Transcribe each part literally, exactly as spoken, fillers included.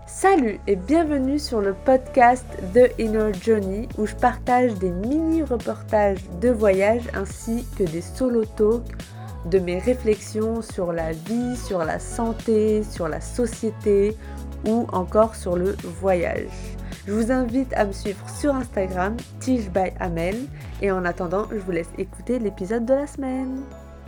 Salut et bienvenue sur le podcast The Inner Journey où je partage des mini-reportages de voyage ainsi que des solo talks de mes réflexions sur la vie, sur la santé, sur la société ou encore sur le voyage. Je vous invite à me suivre sur Instagram, Tige by Amel, et en attendant, je vous laisse écouter l'épisode de la semaine.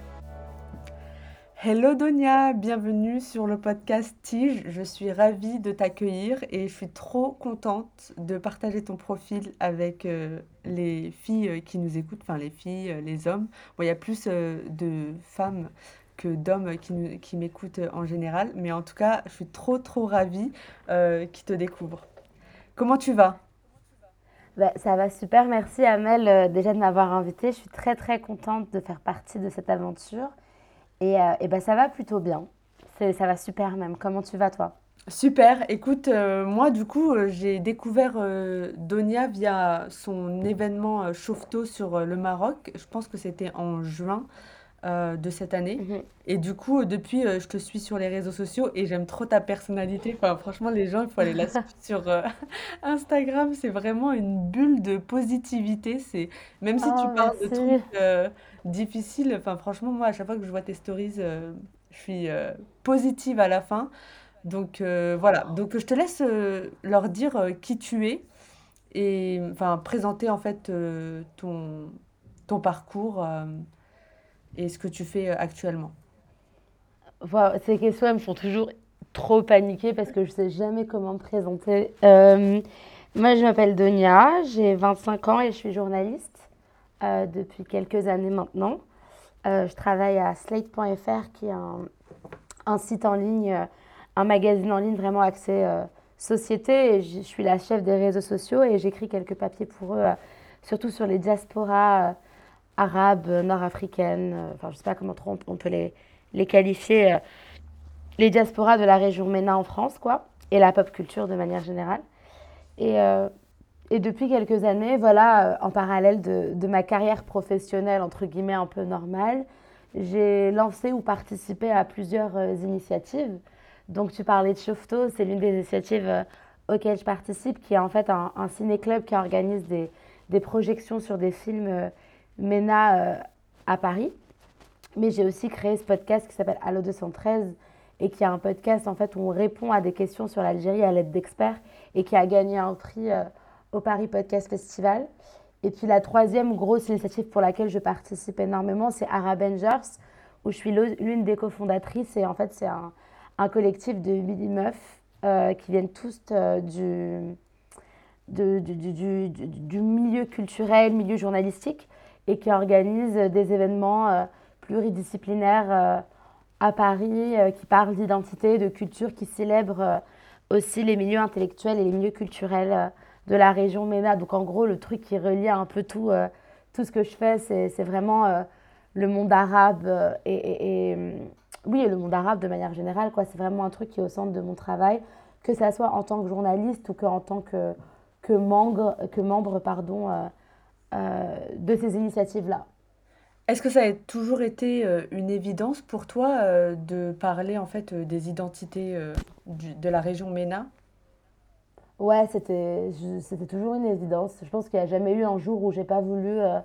Hello Donia, bienvenue sur le podcast Tige. Je suis ravie de t'accueillir et je suis trop contente de partager ton profil avec euh, les filles euh, qui nous écoutent, enfin les filles, euh, les hommes. Bon, il y a plus euh, de femmes que d'hommes qui, nous- qui m'écoutent euh, en général, mais en tout cas, je suis trop trop ravie euh, qu'ils te découvrent. Comment tu vas? Bah, ça va super, merci Amel euh, déjà de m'avoir invitée. Je suis très très contente de faire partie de cette aventure. Et, euh, et bah, ça va plutôt bien. C'est, ça va super même. Comment tu vas toi? Super, écoute, euh, moi du coup euh, j'ai découvert euh, Donia via son événement euh, Chauvetot sur euh, le Maroc, je pense que c'était en juin euh, de cette année. Mhm. Et du coup, euh, depuis, euh, je te suis sur les réseaux sociaux et j'aime trop ta personnalité. Enfin, franchement, les gens, il faut aller la suivre sur euh, Instagram. C'est vraiment une bulle de positivité. C'est même si tu Oh, parles de trucs merci. euh, difficiles. Enfin, franchement, moi, à chaque fois que je vois tes stories, euh, je suis euh, positive à la fin. Donc euh, voilà. Donc je te laisse euh, leur dire euh, qui tu es et enfin présenter en fait euh, ton ton parcours euh, et ce que tu fais euh, actuellement. Voilà, ces questions elles me font toujours trop paniquer parce que je sais jamais comment me présenter. Euh, moi je m'appelle Donia, j'ai vingt-cinq ans et je suis journaliste euh, depuis quelques années maintenant. Euh, je travaille à slate point f r qui est un, un site en ligne, euh, un magazine en ligne vraiment axé euh, société. Et je suis la chef des réseaux sociaux et j'écris quelques papiers pour eux, euh, surtout sur les diasporas euh, arabes, euh, nord-africaines. euh, Enfin, je ne sais pas comment trop on, on peut les, les qualifier. euh, les diasporas de la région MENA en France, quoi. Et la pop culture de manière générale. Et, euh, et depuis quelques années, voilà, euh, en parallèle de, de ma carrière professionnelle, entre guillemets, un peu normale, j'ai lancé ou participé à plusieurs euh, initiatives. Donc, tu parlais de Chauvetot, c'est l'une des initiatives euh, auxquelles je participe, qui est en fait un, un ciné-club qui organise des, des projections sur des films euh, MENA euh, à Paris. Mais j'ai aussi créé ce podcast qui s'appelle Allo deux cent treize et qui est un podcast en fait où on répond à des questions sur l'Algérie à l'aide d'experts et qui a gagné un prix euh, au Paris Podcast Festival. Et puis la troisième grosse initiative pour laquelle je participe énormément, c'est Arabengers, où je suis l'une des cofondatrices. Et en fait, c'est un, un collectif de huit meufs euh, qui viennent tous euh, du, de- du, du- du- du- du milieu culturel, milieu journalistique, et qui organisent des événements euh, pluridisciplinaires euh, à Paris, euh, qui parlent d'identité, de culture, qui célèbrent euh, aussi les milieux intellectuels et les milieux culturels euh, de la région MENA. Donc en gros, le truc qui relie un peu tout, euh, tout ce que je fais, c'est, c'est vraiment euh, le monde arabe euh, et, et- et, euh, oui, et le monde arabe de manière générale, quoi. C'est vraiment un truc qui est au centre de mon travail, que ça soit en tant que journaliste ou qu'en tant que, que membre, que membre pardon, euh, euh, de ces initiatives-là. Est-ce que ça a toujours été euh, une évidence pour toi euh, de parler en fait euh, des identités euh, du- de la région MENA? Ouais, c'était, je- c'était toujours une évidence. Je pense qu'il n'y a jamais eu un jour où j'ai pas voulu euh,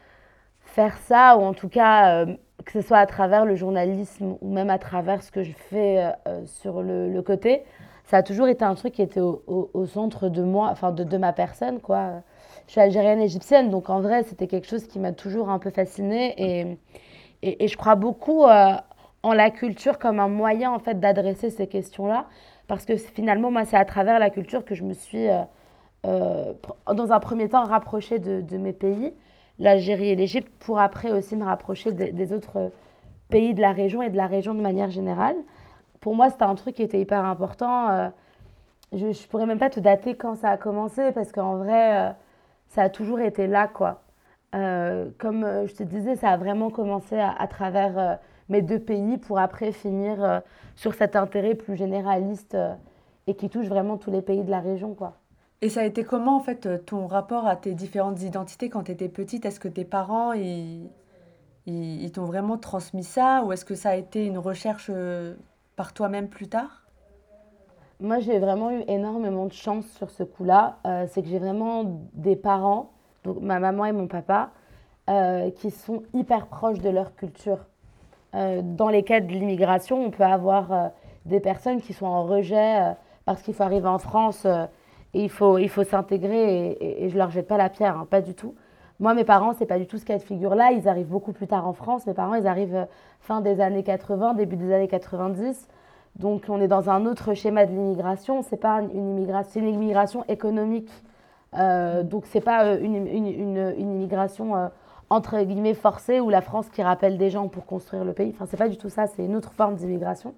faire ça, ou en tout cas, euh, que ce soit à travers le journalisme ou même à travers ce que je fais euh, euh, sur le, le côté. Ça a toujours été un truc qui était au, au- au centre de moi, enfin de, de ma personne, quoi. Je suis algérienne égyptienne, donc en vrai, c'était quelque chose qui m'a toujours un peu fascinée. Et, et, et je crois beaucoup euh, en la culture comme un moyen, en fait, d'adresser ces questions-là. Parce que finalement, moi, c'est à travers la culture que je me suis euh, euh, dans un premier temps rapprocher de, de mes pays, l'Algérie et l'Égypte, pour après aussi me rapprocher des, des autres pays de la région et de la région de manière générale. Pour moi, c'était un truc qui était hyper important. Euh, je ne pourrais même pas te dater quand ça a commencé parce qu'en vrai, euh, ça a toujours été là, quoi. Euh, comme euh, je te disais, ça a vraiment commencé à, à travers euh, mes deux pays pour après finir euh, sur cet intérêt plus généraliste euh, et qui touche vraiment tous les pays de la région, quoi. Et ça a été comment en fait euh, ton rapport à tes différentes identités quand tu étais petite? Est-ce que tes parents ils, ils, ils t'ont vraiment transmis ça ou est-ce que ça a été une recherche euh, par toi-même plus tard? Moi, j'ai vraiment eu énormément de chance sur ce coup-là. Euh, c'est que j'ai vraiment des parents, donc ma maman et mon papa, euh, qui sont hyper proches de leur culture. Euh, dans les cas de l'immigration, on peut avoir euh, des personnes qui sont en rejet euh, parce qu'il faut arriver en France euh, et il faut, il faut s'intégrer et, et- et je leur jette pas la pierre, hein, pas du tout. Moi, mes parents, c'est pas du tout ce cas de figure-là. Ils arrivent beaucoup plus tard en France. Mes parents, ils arrivent euh, fin des années quatre-vingts, début des années quatre-vingt-dix. Donc, on est dans un autre schéma de l'immigration. C'est pas une immigration, c'est une immigration économique. Euh, Mm. donc, c'est pas euh, une, une, une, une immigration euh, entre guillemets forcée ou la France qui rappelle des gens pour construire le pays. Enfin, c'est pas du tout ça. C'est une autre forme d'immigration.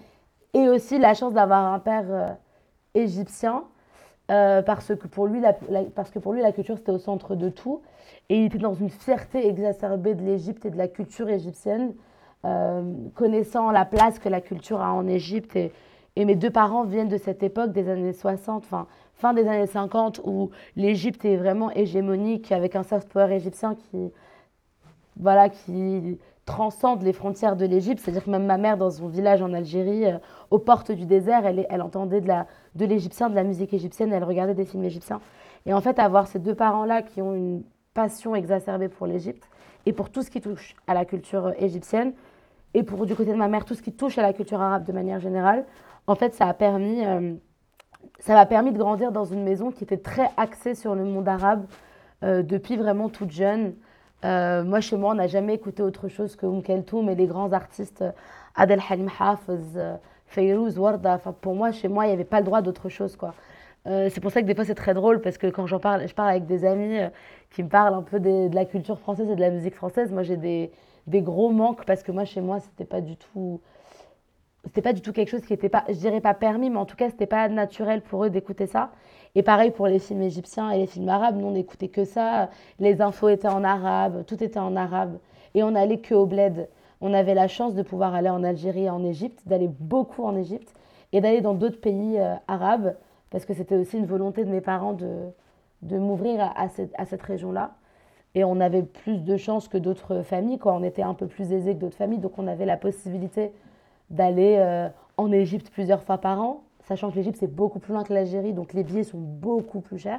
Et aussi la chance d'avoir un père euh, égyptien euh, parce que pour lui, la, la- parce que pour lui, la culture, c'était au centre de tout. Et il était dans une fierté exacerbée de l'Égypte et de la culture égyptienne, euh, connaissant la place que la culture a en Égypte. Et, et mes deux parents viennent de cette époque des années soixante, enfin, fin des années cinquante, où l'Égypte est vraiment hégémonique, avec un soft power égyptien qui, voilà, qui transcende les frontières de l'Égypte. C'est-à-dire que même ma mère, dans son village en Algérie, euh, aux portes du désert, elle, elle entendait de, la, de l'égyptien, de la musique égyptienne, elle regardait des films égyptiens. Et en fait, avoir ces deux parents-là qui ont une passion exacerbée pour l'Égypte et pour tout ce qui touche à la culture égyptienne, et pour du côté de ma mère, tout ce qui touche à la culture arabe de manière générale, en fait, ça a permis, euh, ça m'a permis de grandir dans une maison qui était très axée sur le monde arabe euh, depuis vraiment toute jeune. Euh, moi, chez moi, on n'a jamais écouté autre chose que Oum Keltoum et les grands artistes euh, Adel Halim Hafez, euh, Fayrouz, Warda. Enfin, pour moi, chez moi, il n'y avait pas le droit d'autre chose, quoi. Euh, c'est pour ça que des fois, c'est très drôle parce que quand j'en parle, je parle avec des amis euh, qui me parlent un peu des- de la culture française et de la musique française. Moi, j'ai des, des gros manques parce que moi, chez moi, c'était pas du tout c'était pas du tout quelque chose qui était pas, je dirais pas permis, mais en tout cas, c'était pas naturel pour eux d'écouter ça. Et pareil pour les films égyptiens et les films arabes, nous on n'écoutait que ça. Les infos étaient en arabe, tout était en arabe. Et on allait que au bled. On avait la chance de pouvoir aller en Algérie et en Égypte, d'aller beaucoup en Égypte et d'aller dans d'autres pays euh, arabes, parce que c'était aussi une volonté de mes parents de, de m'ouvrir à, à cette, à cette région-là. Et on avait plus de chance que d'autres familles, quoi. On était un peu plus aisés que d'autres familles, donc on avait la possibilité d'aller euh, en Égypte plusieurs fois par an, sachant que l'Égypte c'est beaucoup plus loin que l'Algérie, donc les billets sont beaucoup plus chers.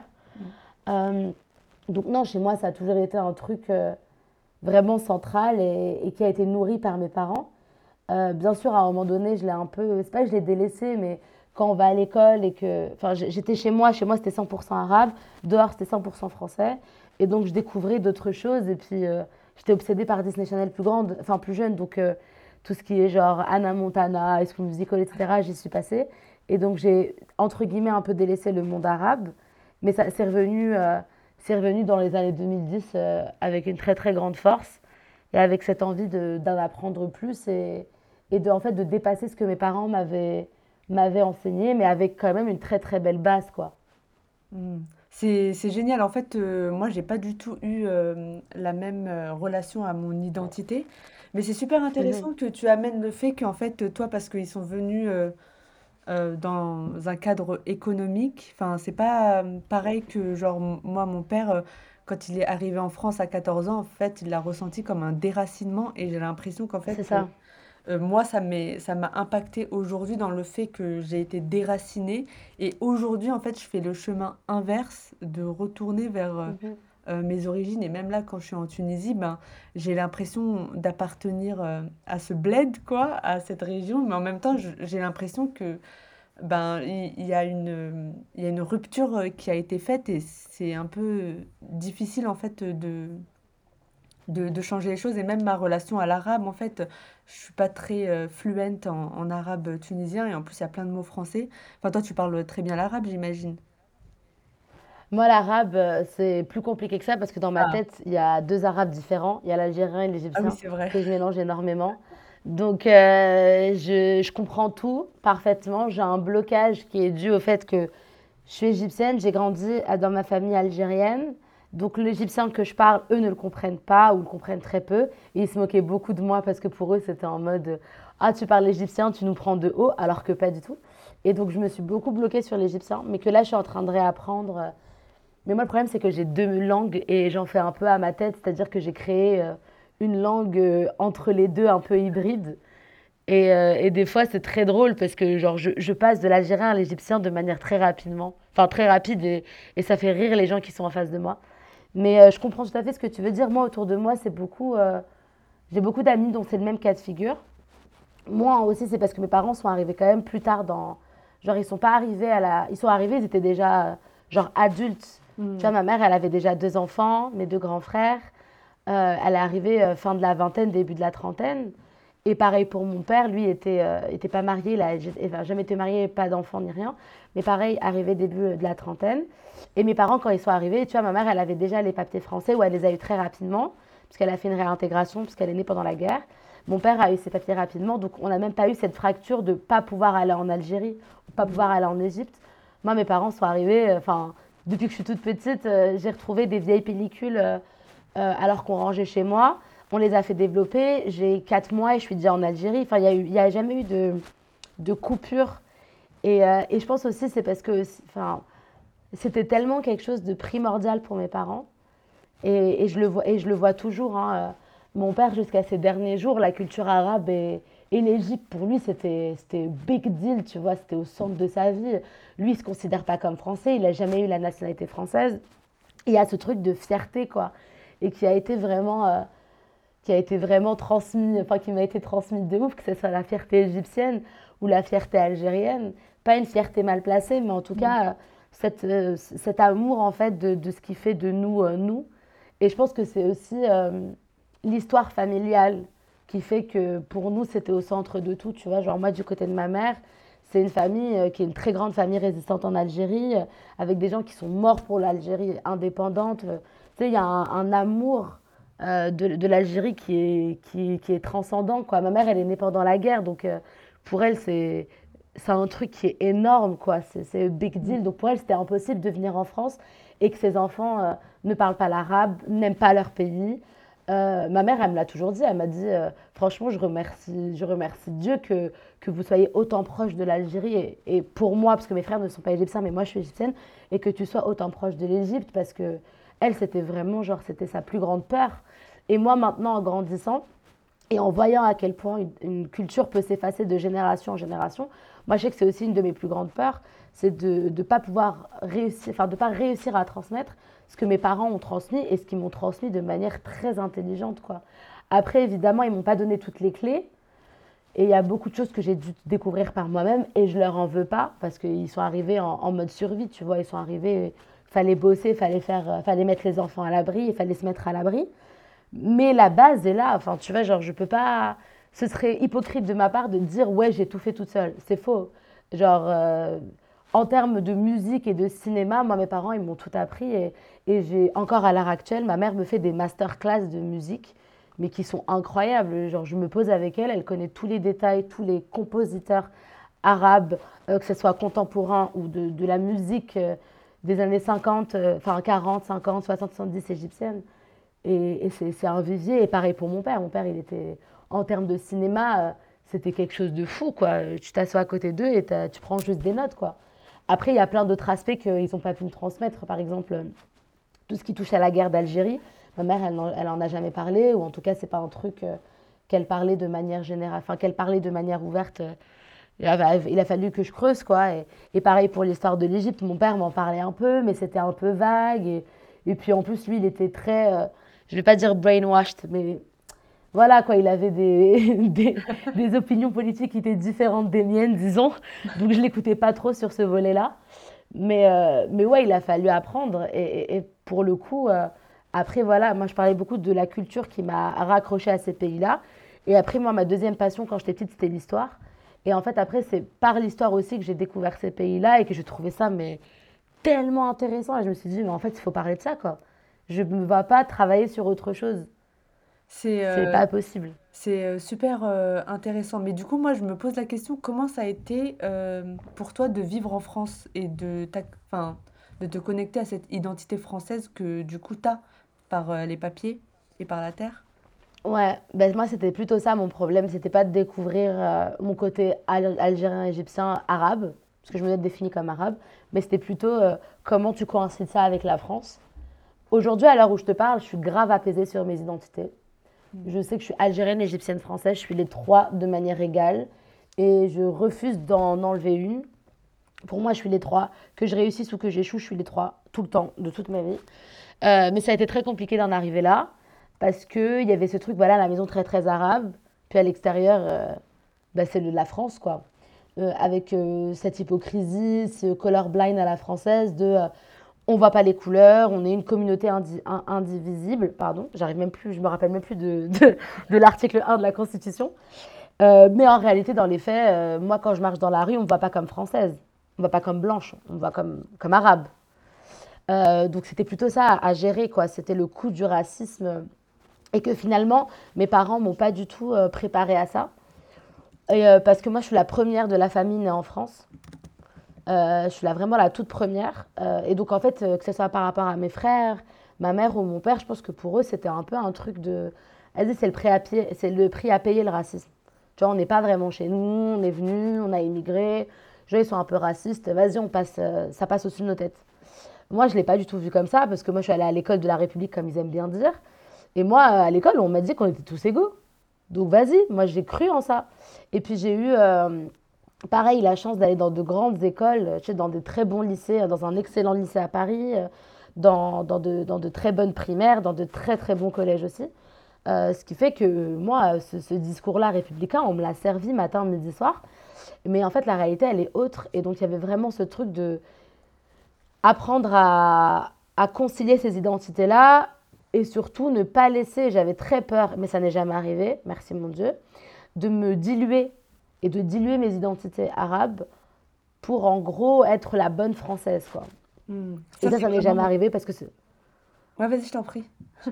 Euh, donc non, chez moi ça a toujours été un truc euh, vraiment central et, et qui a été nourri par mes parents. Euh, bien sûr, à un moment donné, je l'ai un peu, c'est pas que je l'ai délaissé, mais quand on va à l'école et que, enfin, j'étais chez moi, chez moi c'était cent pour cent arabe, dehors c'était cent pour cent français, et donc je découvrais d'autres choses, et puis euh, j'étais obsédée par Disney Channel plus grande, enfin plus jeune, donc euh, tout ce qui est genre Hannah Montana, High School Musical, et cetera, j'y suis passée, et donc j'ai entre guillemets un peu délaissé le monde arabe, mais ça c'est revenu, euh, c'est revenu dans les années deux mille dix euh, avec une très très grande force, et avec cette envie de, d'en apprendre plus et et de, en fait, de dépasser ce que mes parents m'avaient, m'avaient enseigné, mais avec quand même une très très belle base, quoi. Mm. C'est, c'est génial. En fait, euh, moi, j'ai pas du tout eu euh, la même euh, relation à mon identité. Mais c'est super Mhm. intéressant que tu amènes le fait qu'en fait, toi, parce qu'ils sont venus euh, euh, dans un cadre économique, enfin, c'est pas euh, pareil que, genre, m- moi, mon père, euh, quand il est arrivé en France à quatorze ans, en fait, il l'a ressenti comme un déracinement et j'ai l'impression qu'en C'est fait, ça. euh, moi, ça m'est, ça m'a impacté aujourd'hui dans le fait que j'ai été déracinée. Et aujourd'hui, en fait, je fais le chemin inverse de retourner vers euh, Mhm. euh, mes origines. Et même là, quand je suis en Tunisie, ben, j'ai l'impression d'appartenir euh, à ce bled, quoi, à cette région. Mais en même temps, je- j'ai l'impression que ben, il il y, a une, il y a une rupture euh, qui a été faite et c'est un peu difficile, en fait, de, de, de changer les choses et même ma relation à l'arabe en fait je suis pas très euh, fluente en, en arabe tunisien et en plus il y a plein de mots français. Enfin toi tu parles très bien l'arabe j'imagine. Moi, l'arabe, euh, c'est plus compliqué que ça parce que dans ma Ah, tête, il y a deux arabes différents. Il y a l'algérien et ah oui l'égyptien c'est vrai. que je mélange énormément. Donc, euh, je, je comprends tout parfaitement. J'ai un blocage qui est dû au fait que je suis égyptienne, j'ai grandi à- dans ma famille algérienne. Donc l'égyptien que je parle, eux ne le comprennent pas ou le comprennent très peu. Et ils se moquaient beaucoup de moi parce que pour eux, c'était en mode euh, ah, tu parles égyptien, tu nous prends de haut, alors que pas du tout. Et donc je me suis beaucoup bloquée sur l'égyptien, mais que là, je suis en train de réapprendre. euh. Mais moi, le problème, c'est que j'ai deux langues et j'en fais un peu à ma tête, c'est-à-dire que j'ai créé euh, une langue euh, entre les deux, un peu hybride. Et, euh, et des fois, c'est très drôle parce que genre, je, je passe de l'algérien à l'égyptien de manière très rapidement. Enfin, très rapide et, et ça fait rire les gens qui sont en face de moi. Mais euh, je comprends tout à fait ce que tu veux dire. Moi, autour de moi, c'est beaucoup. Euh, j'ai beaucoup d'amis dont c'est le même cas de figure. Moi aussi, c'est parce que mes parents sont arrivés quand même plus tard dans. Genre, ils sont pas arrivés à la. Ils sont arrivés, ils étaient déjà, euh, genre, adultes. Tu vois, Mm. ma mère, elle avait déjà deux enfants, mes deux grands frères. Euh, elle est arrivée euh, fin de la vingtaine, début de la trentaine. Et pareil pour mon père, lui était, euh, était pas marié, il a enfin, jamais été marié, pas d'enfant ni rien. Mais pareil, arrivé début de la trentaine. Et mes parents, quand ils sont arrivés, tu vois, ma mère, elle avait déjà les papiers français, où elle les a eu très rapidement, puisqu'elle a fait une réintégration, puisqu'elle est née pendant la guerre. Mon père a eu ses papiers rapidement, donc on n'a même pas eu cette fracture de pas pouvoir aller en Algérie ou pas pouvoir aller en Égypte. Moi, mes parents sont arrivés, euh, enfin, depuis que je suis toute petite, euh, j'ai retrouvé des vieilles pellicules euh, euh, alors qu'on rangeait chez moi. On les a fait développer. J'ai quatre mois et je suis déjà en Algérie. Enfin, il n'y a, a jamais eu de, de coupure. Et, euh, et je pense aussi c'est parce que enfin, c'était tellement quelque chose de primordial pour mes parents. Et, et je, le vois, et je le vois toujours. Hein. Mon père, jusqu'à ses derniers jours, la culture arabe et, et l'Égypte, pour lui, c'était, c'était big deal, tu vois, c'était au centre de sa vie. Lui, il ne se considère pas comme français, il n'a jamais eu la nationalité française. Il y a ce truc de fierté, quoi, et qui a été vraiment, euh, qui a été vraiment transmis, enfin, qui m'a été transmis de ouf, que ce soit la fierté égyptienne ou la fierté algérienne. Pas une fierté mal placée, mais en tout Mm. cas, euh, cette, euh, cet amour, en fait, de, de ce qui fait de nous, euh, nous. Et je pense que c'est aussi euh, l'histoire familiale qui fait que pour nous, c'était au centre de tout. Tu vois, genre moi, du côté de ma mère, c'est une famille euh, qui est une très grande famille résistante en Algérie, euh, avec des gens qui sont morts pour l'Algérie indépendante. Euh, tu sais, il y a un, un amour euh, de, de l'Algérie qui est, qui, qui est transcendant, quoi. Ma mère, elle est née pendant la guerre, donc euh, pour elle, c'est, c'est un truc qui est énorme, quoi. C'est, c'est un big Mm. deal. Donc pour elle, c'était impossible de venir en France et que ses enfants euh, ne parlent pas l'arabe, n'aiment pas leur pays. Euh, ma mère, elle me l'a toujours dit. Elle m'a dit, euh, franchement, je remercie, je remercie Dieu que, que vous soyez autant proche de l'Algérie. Et, et pour moi, parce que mes frères ne sont pas égyptiens, mais moi, je suis égyptienne, et que tu sois autant proche de l'Égypte, parce que elle, c'était vraiment, genre, c'était sa plus grande peur. Et moi, maintenant, en grandissant, et en voyant à quel point une, une culture peut s'effacer de génération en génération, moi je sais que c'est aussi une de mes plus grandes peurs, c'est de ne pas pouvoir réussir, enfin de pas réussir à transmettre ce que mes parents ont transmis et ce qu'ils m'ont transmis de manière très intelligente, quoi. Après, évidemment, ils m'ont pas donné toutes les clés et il y a beaucoup de choses que j'ai dû découvrir par moi-même et je leur en veux pas parce qu'ils sont arrivés en, en mode survie, tu vois, ils sont arrivés, il fallait bosser, il fallait faire, euh, fallait mettre les enfants à l'abri, il fallait se mettre à l'abri. Mais la base est là. Enfin, tu vois, genre, je peux pas. Ce serait hypocrite de ma part de dire, ouais, j'ai tout fait toute seule. C'est faux. Genre, euh, en termes de musique et de cinéma, moi, mes parents, ils m'ont tout appris. Et, et j'ai encore à l'heure actuelle, ma mère me fait des masterclass de musique, mais qui sont incroyables. Genre, je me pose avec elle, elle connaît tous les détails, tous les compositeurs arabes, euh, que ce soit contemporain ou de, de la musique euh, des années cinquante, euh, enfin quarante, cinquante, soixante, soixante-dix égyptienne. Et, et c'est, c'est un vivier. Et pareil pour mon père. Mon père, il était, en termes de cinéma, euh, c'était quelque chose de fou, quoi. Tu t'assois à côté d'eux et tu prends juste des notes, quoi. Après, il y a plein d'autres aspects qu'ils n'ont pas pu me transmettre. Par exemple, euh, tout ce qui touche à la guerre d'Algérie. Ma mère, elle n'en, elle en a jamais parlé, ou en tout cas, c'est pas un truc euh, qu'elle parlait de manière générale, enfin, qu'elle parlait de manière ouverte. euh, il a, il a fallu que je creuse, quoi. Et, et pareil pour l'histoire de l'Égypte, mon père m'en parlait un peu, mais c'était un peu vague. Et, et puis en plus, lui, il était très, euh, je vais pas dire brainwashed, mais voilà, quoi. Il avait des, des, des opinions politiques qui étaient différentes des miennes, disons. Donc je l'écoutais pas trop sur ce volet-là. Mais, euh, mais ouais, il a fallu apprendre. Et, et- et pour le coup, euh, après, voilà, moi, je parlais beaucoup de la culture qui m'a raccroché à ces pays-là. Et après, moi, ma deuxième passion, quand j'étais petite, c'était l'histoire. Et en fait, après, c'est par l'histoire aussi que j'ai découvert ces pays-là et que j'ai trouvé ça mais tellement intéressant. Et je me suis dit, mais en fait, il faut parler de ça, quoi. Je ne me vois pas travailler sur autre chose. C'est C'est euh, pas possible. c'est euh, super euh, intéressant. Mais du coup, moi, je me pose la question, comment ça a été euh, pour toi de vivre en France et de, t'ac- enfin, de te connecter à cette identité française que du coup, tu as par euh, les papiers et par la terre? Ouais, ben moi, c'était plutôt ça mon problème. C'était pas de découvrir euh, mon côté al- algérien, égyptien, arabe, parce que je me définis comme arabe, mais c'était plutôt euh, comment tu coïncides ça avec la France. Aujourd'hui, à l'heure où je te parle, je suis grave apaisée sur mes identités. Je sais que je suis algérienne, égyptienne, française. Je suis les trois de manière égale. Et je refuse d'en enlever une. Pour moi, je suis les trois. Que je réussisse ou que j'échoue, je suis les trois. Tout le temps, de toute ma vie. Euh, mais ça a été très compliqué d'en arriver là. Parce qu'il y avait ce truc, voilà, la maison très très arabe. Puis à l'extérieur, euh, bah, c'est le- la France, quoi. Euh, avec euh, cette hypocrisie, ce colorblind à la française de euh, on voit pas les couleurs, on est une communauté indi- in- indivisible, pardon, j'arrive même plus, je me rappelle même plus de, de, de l'article un de la Constitution. Euh, mais en réalité, dans les faits, euh, moi quand je marche dans la rue, on me voit pas comme française, on me voit pas comme blanche, on me voit comme, comme arabe. Euh, donc c'était plutôt ça à, à gérer, quoi. C'était le coût du racisme et que finalement, mes parents m'ont pas du tout euh, préparé à ça. Et, euh, parce que moi, je suis la première de la famille née en France. Euh, je suis là vraiment la toute première. Euh, et donc, en fait, euh, que ce soit par rapport à mes frères, ma mère ou mon père, je pense que pour eux, c'était un peu un truc de. Elle dit, c'est le prix à payer, c'est le prix à payer le racisme. Tu vois, on n'est pas vraiment chez nous, on est venu, on a immigré. Les gens, ils sont un peu racistes. Vas-y, on passe, euh, ça passe au-dessus de nos têtes. Moi, je ne l'ai pas du tout vu comme ça, parce que moi, je suis allée à l'école de la République, comme ils aiment bien dire. Et moi, à l'école, on m'a dit qu'on était tous égaux. Donc, vas-y, moi, j'ai cru en ça. Et puis, j'ai eu. Euh, Pareil, la chance d'aller dans de grandes écoles, tu sais, dans de très bons lycées, dans un excellent lycée à Paris, euh, dans, dans de, dans de très bonnes primaires, dans de très très bons collèges aussi. Euh, ce qui fait que moi, ce, ce discours-là républicain, on me l'a servi matin, midi, soir. Mais en fait, la réalité, elle est autre. Et donc, il y avait vraiment ce truc de apprendre à, à concilier ces identités-là et surtout ne pas laisser, j'avais très peur, mais ça n'est jamais arrivé, merci mon Dieu, de me diluer et de diluer mes identités arabes pour en gros être la bonne française, quoi. Hmm. Et Ça, ça, c'est ça n'est jamais vraiment. arrivé parce que ce... Ouais, vas-y, je t'en prie.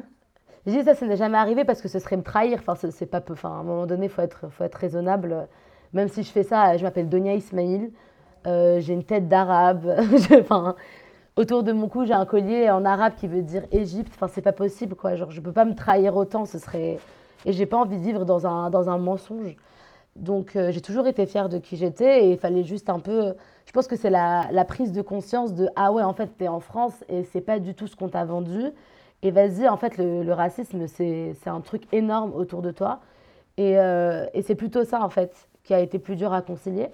Je dis ça, ça n'est jamais arrivé parce que ce serait me trahir. Enfin, c'est c'est pas peu. Enfin, à un moment donné, faut être, faut être raisonnable. Même si je fais ça, je m'appelle Donia Ismail. Euh, j'ai une tête d'arabe. Je- Enfin, autour de mon cou, j'ai un collier en arabe qui veut dire Égypte. Enfin, c'est pas possible, quoi. Genre, je peux pas me trahir autant. Ce serait. Et j'ai pas envie de vivre dans un, dans un mensonge. Donc, euh, j'ai toujours été fière de qui j'étais et il fallait juste un peu. Je pense que c'est la, la prise de conscience de ah ouais, en fait, t'es en France et c'est pas du tout ce qu'on t'a vendu. Et vas-y, en fait, le, le racisme, c'est, c'est un truc énorme autour de toi. Et, euh, et c'est plutôt ça, en fait, qui a été plus dur à concilier.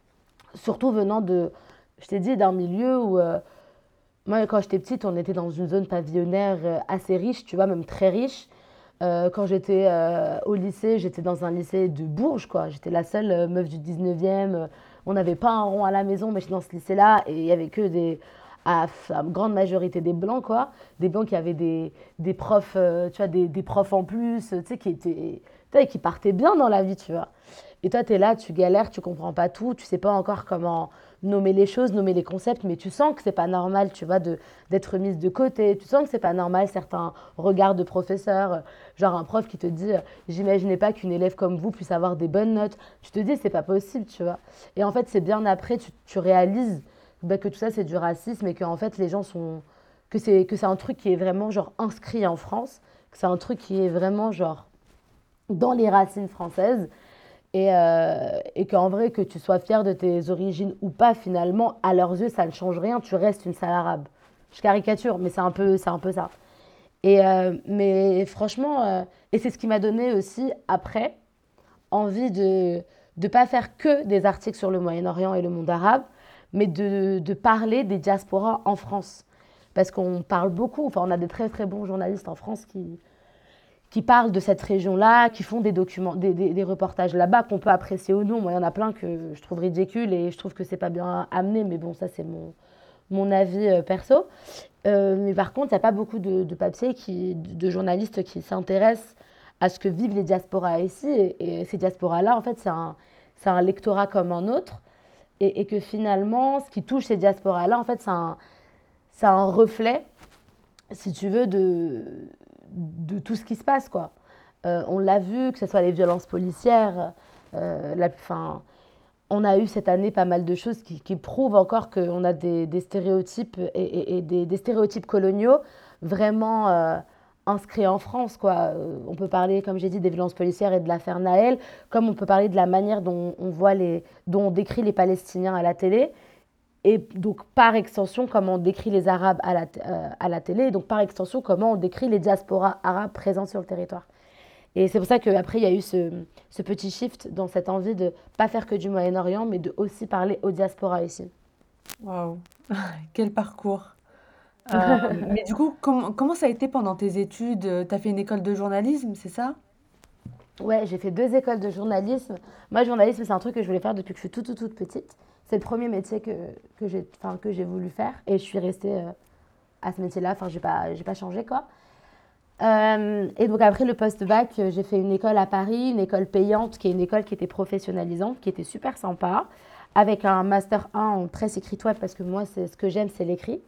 Surtout venant de, je t'ai dit, d'un milieu où, euh, moi, quand j'étais petite, on était dans une zone pavillonnaire euh, assez riche, tu vois, même très riche. Euh, quand j'étais euh, au lycée, j'étais dans un lycée de Bourges, quoi. J'étais la seule euh, meuf du dix-neuvième. euh, On n'avait pas un rond à la maison, mais j'étais dans ce lycée-là. Et il y avait que des, à la grande majorité des blancs, quoi. Des blancs qui avaient des, des profs, euh, tu vois, des, des profs en plus, tu sais, qui étaient, tu vois, et qui partaient bien dans la vie, tu vois. Et toi, tu es là, tu galères, tu comprends pas tout, tu sais pas encore comment nommer les choses, nommer les concepts, mais tu sens que c'est pas normal, tu vois, de, d'être mise de côté. Tu sens que c'est pas normal certains regards de professeurs, euh, genre un prof qui te dit, euh, j'imaginais pas qu'une élève comme vous puisse avoir des bonnes notes. Tu te dis, c'est pas possible, tu vois. Et en fait, c'est bien après, tu, tu réalises bah, que tout ça, c'est du racisme et que en fait, les gens sont, que c'est, que c'est un truc qui est vraiment genre inscrit en France, que c'est un truc qui est vraiment genre dans les racines françaises et, euh, et qu'en vrai, que tu sois fier de tes origines ou pas, finalement, à leurs yeux, ça ne change rien. Tu restes une sale arabe. Je caricature, mais c'est un peu, c'est un peu ça. Et euh, mais franchement, euh, et c'est ce qui m'a donné aussi, après, envie de ne pas faire que des articles sur le Moyen-Orient et le monde arabe, mais de, de parler des diasporas en France. Parce qu'on parle beaucoup, enfin, on a des très très bons journalistes en France qui, qui parlent de cette région-là, qui font des documents, des, des, des reportages là-bas qu'on peut apprécier ou non. Moi, il y en a plein que je trouve ridicules et je trouve que c'est pas bien amené, mais bon, ça c'est mon, mon avis euh, perso. Euh, mais par contre, il n'y a pas beaucoup de, de papiers, qui, de journalistes qui s'intéressent à ce que vivent les diasporas ici. Et, et ces diasporas-là, en fait, c'est un, c'est un lectorat comme un autre. Et, et que finalement, ce qui touche ces diasporas-là, en fait, c'est un, c'est un reflet, si tu veux, de, de tout ce qui se passe, quoi. Euh, on l'a vu, que ce soit les violences policières, euh, la, fin, on a eu cette année pas mal de choses qui, qui prouvent encore qu'on a des, des stéréotypes et, et- et des, des stéréotypes coloniaux vraiment euh, inscrits en France, quoi. Euh, On peut parler, comme j'ai dit, des violences policières et de l'affaire Naël, comme on peut parler de la manière dont on voit les, dont on décrit les Palestiniens à la télé, et donc par extension comment on décrit les Arabes à la, euh, à la télé, et donc par extension comment on décrit les diasporas arabes présentes sur le territoire. Et c'est pour ça qu'après, il y a eu ce, ce petit shift dans cette envie de pas faire que du Moyen-Orient, mais de aussi parler aux diasporas ici. Waouh, quel parcours. Euh, mais du coup, com- comment ça a été pendant tes études? Tu as fait une école de journalisme, c'est ça? Ouais, j'ai fait deux écoles de journalisme. Moi, journalisme, c'est un truc que je voulais faire depuis que je suis toute, toute, toute petite. C'est le premier métier que, que j'ai, enfin, que j'ai voulu faire. Et je suis restée euh, à ce métier-là. Enfin, j'ai pas, j'ai pas changé, quoi. Euh, et donc, après le post-bac, euh, j'ai fait une école à Paris, une école payante, qui est une école qui était professionnalisante, qui était super sympa, avec un master un en presse écrite web, parce que moi, c'est, ce que j'aime, c'est l'écrit.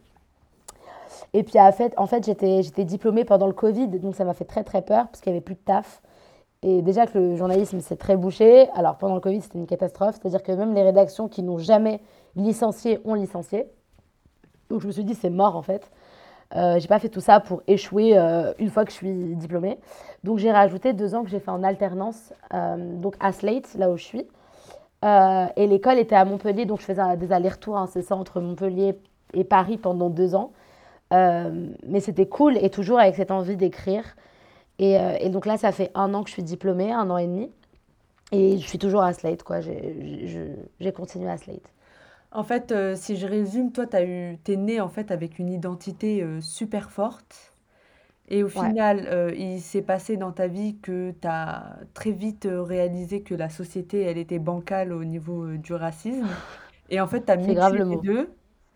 Et puis, en fait, en fait j'étais, j'étais diplômée pendant le Covid, donc ça m'a fait très, très peur, parce qu'il n'y avait plus de taf. Et déjà que le journalisme, c'est très bouché. Alors pendant le Covid, c'était une catastrophe. C'est-à-dire que même les rédactions qui n'ont jamais licencié ont licencié. Donc je me suis dit, c'est mort en fait. Euh, j'ai pas fait tout ça pour échouer euh, une fois que je suis diplômée. Donc j'ai rajouté deux ans que j'ai fait en alternance, euh, donc à Slate, là où je suis. Euh, et l'école était à Montpellier, donc je faisais des allers-retours incessants entre Montpellier et Paris pendant deux ans. Euh, mais c'était cool et toujours avec cette envie d'écrire. Et, euh, et donc là, ça fait un an que je suis diplômée, un an et demi. Et je suis toujours à Slate, quoi. J'ai, j'ai, j'ai continué à Slate. En fait, euh, si je résume, toi, t'as eu, t'es né en fait avec une identité euh, super forte. Et au Ouais, final, euh, il s'est passé dans ta vie que tu as très vite euh, réalisé que la société, elle était bancale au niveau euh, du racisme. Et en fait, tu as c'est grave mixé le les mot. deux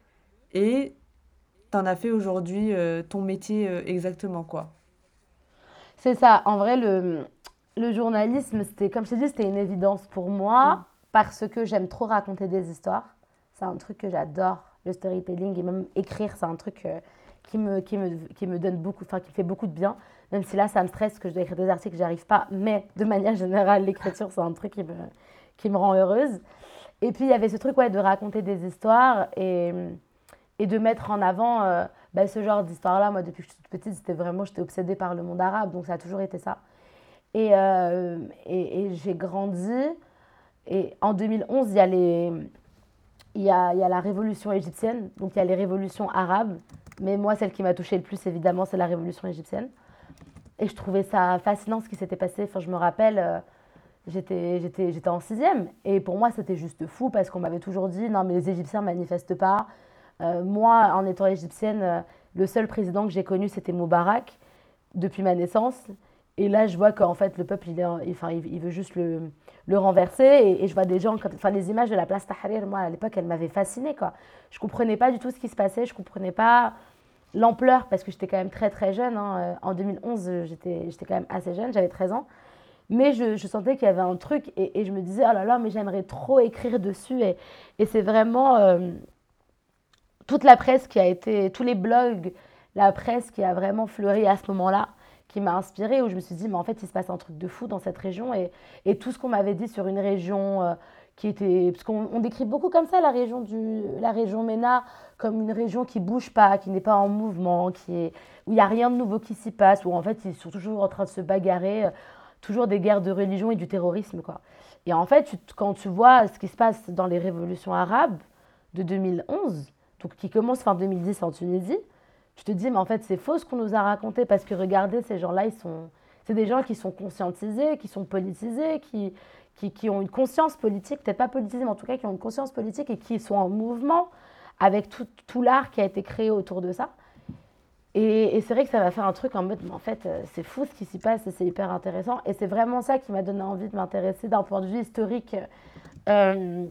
et tu en as fait aujourd'hui euh, ton métier euh, exactement, quoi. C'est ça. En vrai, le, le journalisme, c'était, comme je t'ai dit, c'était une évidence pour moi Mm. parce que j'aime trop raconter des histoires. C'est un truc que j'adore, le storytelling et même écrire, c'est un truc euh, qui me, qui me, qui me donne beaucoup, enfin, qui me fait beaucoup de bien. Même si là, ça me stresse que je dois écrire des articles, j'arrive pas. Mais de manière générale, l'écriture, c'est un truc qui me, qui me rend heureuse. Et puis, il y avait ce truc, ouais, de raconter des histoires et, et de mettre en avant euh, bah, ce genre d'histoire-là. Moi, depuis que je suis toute petite, c'était vraiment, j'étais obsédée par le monde arabe, donc ça a toujours été ça. Et, euh, et, et j'ai grandi. Et en deux mille onze, il y a les, il y a, il y a la révolution égyptienne, donc il y a les révolutions arabes. Mais moi, celle qui m'a touchée le plus, évidemment, c'est la révolution égyptienne. Et je trouvais ça fascinant ce qui s'était passé. Enfin, je me rappelle, euh, j'étais, j'étais, j'étais en sixième. Et pour moi, c'était juste fou parce qu'on m'avait toujours dit, non, mais les Égyptiens ne manifestent pas. Euh, moi, en étant égyptienne, euh, le seul président que j'ai connu, c'était Moubarak, depuis ma naissance. Et là, je vois qu'en fait, le peuple, il, est, en- enfin, il, il veut juste le, le renverser. Et, et je vois des gens, comme, enfin, les images de la place Tahrir, moi, à l'époque, elles m'avaient fascinée, quoi. Je comprenais pas du tout ce qui se passait. Je comprenais pas l'ampleur, parce que j'étais quand même très, très jeune, hein. Euh, En deux mille onze, euh, j'étais, j'étais quand même assez jeune, j'avais treize ans. Mais je, je sentais qu'il y avait un truc et, et je me disais, oh là là, mais j'aimerais trop écrire dessus. Et, et c'est vraiment euh, toute la presse qui a été, tous les blogs, la presse qui a vraiment fleuri à ce moment-là, qui m'a inspirée, où je me suis dit, mais en fait, il se passe un truc de fou dans cette région. Et, et tout ce qu'on m'avait dit sur une région euh, qui était. Parce qu'on on décrit beaucoup comme ça la région, du, la région MENA, comme une région qui bouge pas, qui n'est pas en mouvement, qui est, où il n'y a rien de nouveau qui s'y passe, où en fait, ils sont toujours en train de se bagarrer, euh, toujours des guerres de religion et du terrorisme, quoi. Et en fait, tu- quand tu vois ce qui se passe dans les révolutions arabes de deux mille onze, donc qui commence fin deux mille dix en Tunisie, tu te dis, mais en fait, c'est faux ce qu'on nous a raconté, parce que regardez, ces gens-là, ils sont, c'est des gens qui sont conscientisés, qui sont politisés, qui, qui, qui ont une conscience politique, peut-être pas politisée, mais en tout cas qui ont une conscience politique et qui sont en mouvement avec tout, tout l'art qui a été créé autour de ça. Et, et c'est vrai que ça va faire un truc en mode, mais en fait, euh, c'est fou ce qui s'y passe et c'est hyper intéressant. Et c'est vraiment ça qui m'a donné envie de m'intéresser d'un point de vue historique euh,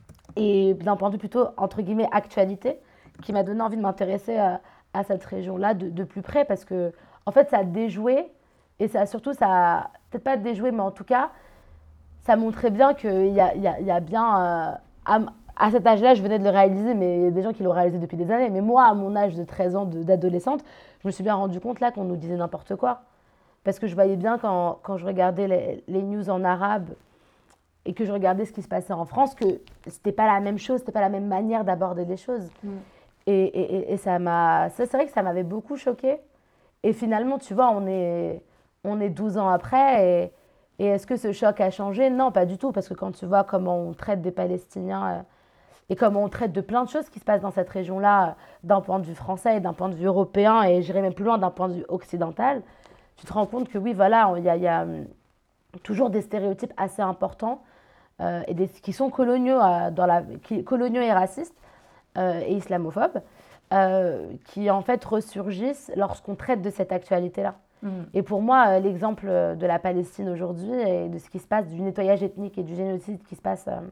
et d'un point de vue plutôt, entre guillemets, actualité, qui m'a donné envie de m'intéresser à, à cette région-là de, de plus près parce que, en fait, ça a déjoué et ça a surtout, ça a peut-être pas déjoué, mais en tout cas, ça montrait bien qu'il y a, il y a, il y a bien. Euh, à, à cet âge-là, je venais de le réaliser, mais il y a des gens qui l'ont réalisé depuis des années. Mais moi, à mon âge de treize ans de- d'adolescente, je me suis bien rendu compte là qu'on nous disait n'importe quoi. Parce que je voyais bien quand, quand je regardais les, les news en arabe et que je regardais ce qui se passait en France, que c'était pas la même chose, c'était pas la même manière d'aborder les choses. Mm. Et, et, et ça m'a. Ça, c'est vrai que ça m'avait beaucoup choquée. Et finalement, tu vois, on est, on est douze ans après. Et, et est-ce que ce choc a changé? Non, pas du tout. Parce que quand tu vois comment on traite des Palestiniens euh, et comment on traite de plein de choses qui se passent dans cette région-là, euh, d'un point de vue français et d'un point de vue européen, et j'irais même plus loin d'un point de vue occidental, tu te rends compte que oui, voilà, il y a, il y a hum, toujours des stéréotypes assez importants euh, et des, qui sont coloniaux, euh, dans la, qui, coloniaux et racistes euh, et islamophobes, euh, qui en fait ressurgissent lorsqu'on traite de cette actualité-là. Mm. Et pour moi, euh, l'exemple de la Palestine aujourd'hui et de ce qui se passe, du nettoyage ethnique et du génocide qui se passe euh,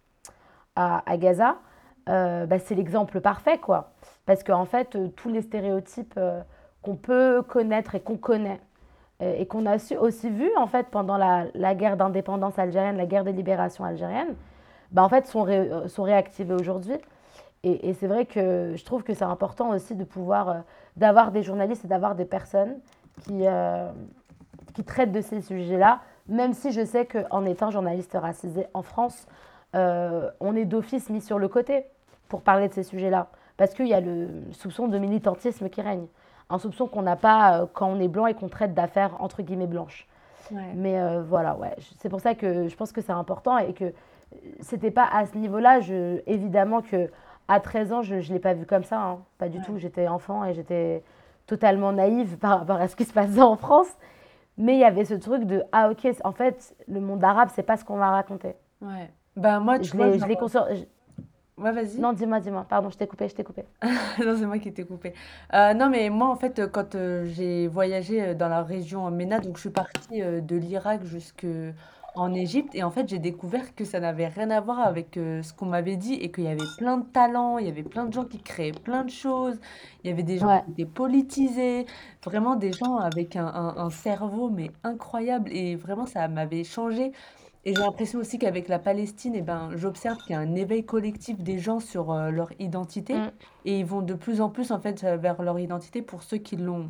à, à Gaza, euh, bah, c'est l'exemple parfait, quoi. Parce qu'en fait, euh, tous les stéréotypes euh, qu'on peut connaître et qu'on connaît, euh, et qu'on a su- aussi vu en fait pendant la, la guerre d'indépendance algérienne, la guerre de libération algérienne, bah, en fait, sont, ré- euh, sont réactivés aujourd'hui. Et, et c'est vrai que je trouve que c'est important aussi de pouvoir, euh, d'avoir des journalistes et d'avoir des personnes qui, euh, qui traitent de ces sujets-là, même si je sais qu'en étant journaliste racisé en France, euh, on est d'office mis sur le côté pour parler de ces sujets-là. Parce qu'il y a le soupçon de militantisme qui règne. Un soupçon qu'on n'a pas euh, quand on est blanc et qu'on traite d'affaires entre guillemets blanches. Ouais. Mais euh, voilà, ouais, c'est pour ça que je pense que c'est important et que c'était pas à ce niveau-là. Je, évidemment que à treize ans, je ne l'ai pas vu comme ça, hein. Pas du Ouais. tout. J'étais enfant et j'étais totalement naïve par rapport à ce qui se passait en France. Mais il y avait ce truc de ah ok, en fait, le monde arabe, c'est pas ce qu'on m'a raconté. Ouais. Ben moi, tu Je vois, l'ai, je genre... l'ai conscience. je- Ouais, vas-y. Non, dis-moi, dis-moi. Pardon, je t'ai coupé, je t'ai coupé. Non, c'est moi qui t'ai coupé. Euh, non, mais moi, en fait, euh, quand euh, j'ai voyagé euh, dans la région MENA, donc je suis partie euh, de l'Irak jusque en Égypte, et en fait, j'ai découvert que ça n'avait rien à voir avec euh, ce qu'on m'avait dit, et qu'il y avait plein de talents, il y avait plein de gens qui créaient plein de choses, il y avait des gens Ouais. qui étaient politisés, vraiment des gens avec un, un- un cerveau, mais incroyable, et vraiment, ça m'avait changé. Et j'ai l'impression aussi qu'avec la Palestine, eh ben, j'observe qu'il y a un éveil collectif des gens sur euh, leur identité. Mm. Et ils vont de plus en plus en fait euh, vers leur identité pour ceux qui l'ont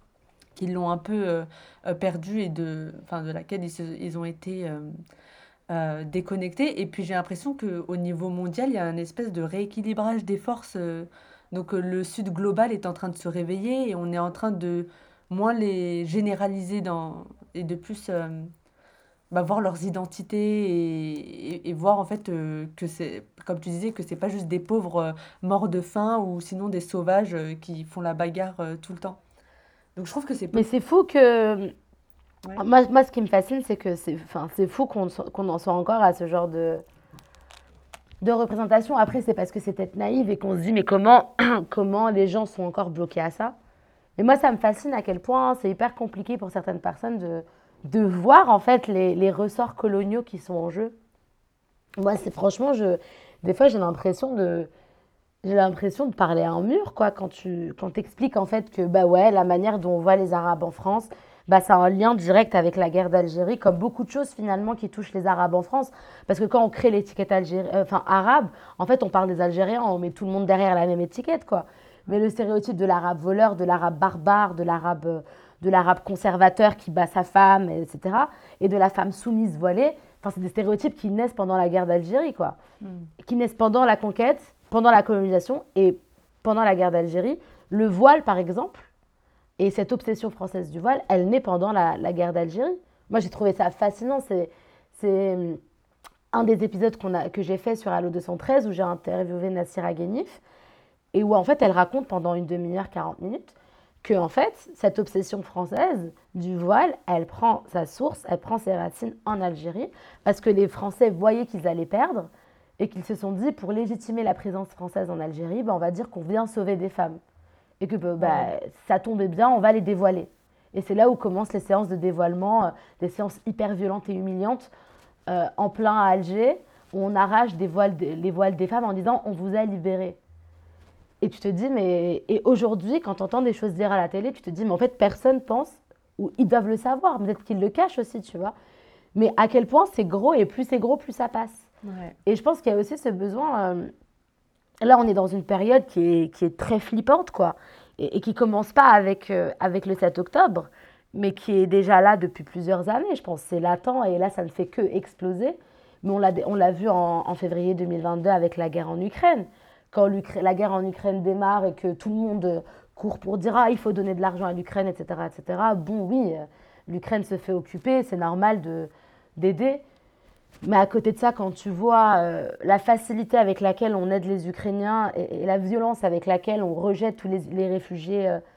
qui l'ont un peu euh, euh, perdue et de, enfin, de laquelle ils, se- ils ont été euh, euh, déconnectés. Et puis j'ai l'impression qu'au niveau mondial, il y a un espèce de rééquilibrage des forces. euh, donc euh, le Sud global est en train de se réveiller et on est en train de moins les généraliser dans, et de plus euh, bah, voir leurs identités et, et- et voir en fait euh, que c'est, comme tu disais, que c'est pas juste des pauvres euh, morts de faim ou sinon des sauvages euh, qui font la bagarre euh, tout le temps. Donc je trouve que c'est Mais positif. c'est fou que Ouais. moi, moi, ce qui me fascine, c'est que c'est, enfin, c'est fou qu'on, so- qu'on en soit encore à ce genre de, de représentation. Après, c'est parce que c'est peut-être naïf et qu'on se dit, mais comment, comment les gens sont encore bloqués à ça? Mais moi, ça me fascine à quel point c'est hyper compliqué pour certaines personnes de, de voir en fait les, les ressorts coloniaux qui sont en jeu. Moi, c'est franchement, je, des fois, j'ai l'impression de, j'ai l'impression de parler à un mur, quoi, quand tu quand t'expliques en fait que bah ouais, la manière dont on voit les Arabes en France, bah ça a un lien direct avec la guerre d'Algérie, comme beaucoup de choses finalement qui touchent les Arabes en France, parce que quand on crée l'étiquette Algérie, euh, enfin arabe, en fait on parle des Algériens, on met tout le monde derrière la même étiquette, quoi. Mais le stéréotype de l'arabe voleur, de l'arabe barbare, de l'arabe euh, de l'arabe conservateur qui bat sa femme, et cetera, et de la femme soumise voilée, enfin c'est des stéréotypes qui naissent pendant la guerre d'Algérie, quoi, Mm. qui naissent pendant la conquête, pendant la colonisation et pendant la guerre d'Algérie. Le voile, par exemple, et cette obsession française du voile, elle naît pendant la, la guerre d'Algérie. Moi, j'ai trouvé ça fascinant. C'est, c'est hum, un des épisodes qu'on a, que j'ai fait sur Allo deux cent treize où j'ai interviewé Nassira Ghenif et où, en fait, elle raconte pendant une demi-heure, quarante minutes, que, en fait, cette obsession française du voile, elle prend sa source, elle prend ses racines en Algérie parce que les Français voyaient qu'ils allaient perdre et qu'ils se sont dit, pour légitimer la présence française en Algérie, ben, on va dire qu'on vient sauver des femmes. Et que bah, Ouais. ça tombait bien, on va les dévoiler. Et c'est là où commencent les séances de dévoilement, euh, des séances hyper violentes et humiliantes, euh, en plein à Alger, où on arrache des voiles, les voiles des femmes en disant on vous a libérés. Et tu te dis, mais. Et aujourd'hui, quand tu entends des choses dire à la télé, tu te dis, mais en fait, personne pense, ou ils doivent le savoir, peut-être qu'ils le cachent aussi, tu vois. Mais à quel point c'est gros, et plus c'est gros, plus ça passe. Ouais. Et je pense qu'il y a aussi ce besoin. euh, Là, on est dans une période qui est, qui est très flippante, quoi. Et, et qui commence pas avec, euh, avec le sept octobre, mais qui est déjà là depuis plusieurs années. Je pense que c'est latent, et là, ça ne fait que exploser. Mais on l'a, on l'a vu en, en février deux mille vingt-deux avec la guerre en Ukraine. Quand l'Ukra- la guerre en Ukraine démarre et que tout le monde court pour dire ah, il faut donner de l'argent à l'Ukraine, et cetera, et cetera. Bon, oui, euh, l'Ukraine se fait occuper, c'est normal de, d'aider. Mais à côté de ça, quand tu vois euh, la facilité avec laquelle on aide les Ukrainiens et, et la violence avec laquelle on rejette tous les, les réfugiés euh,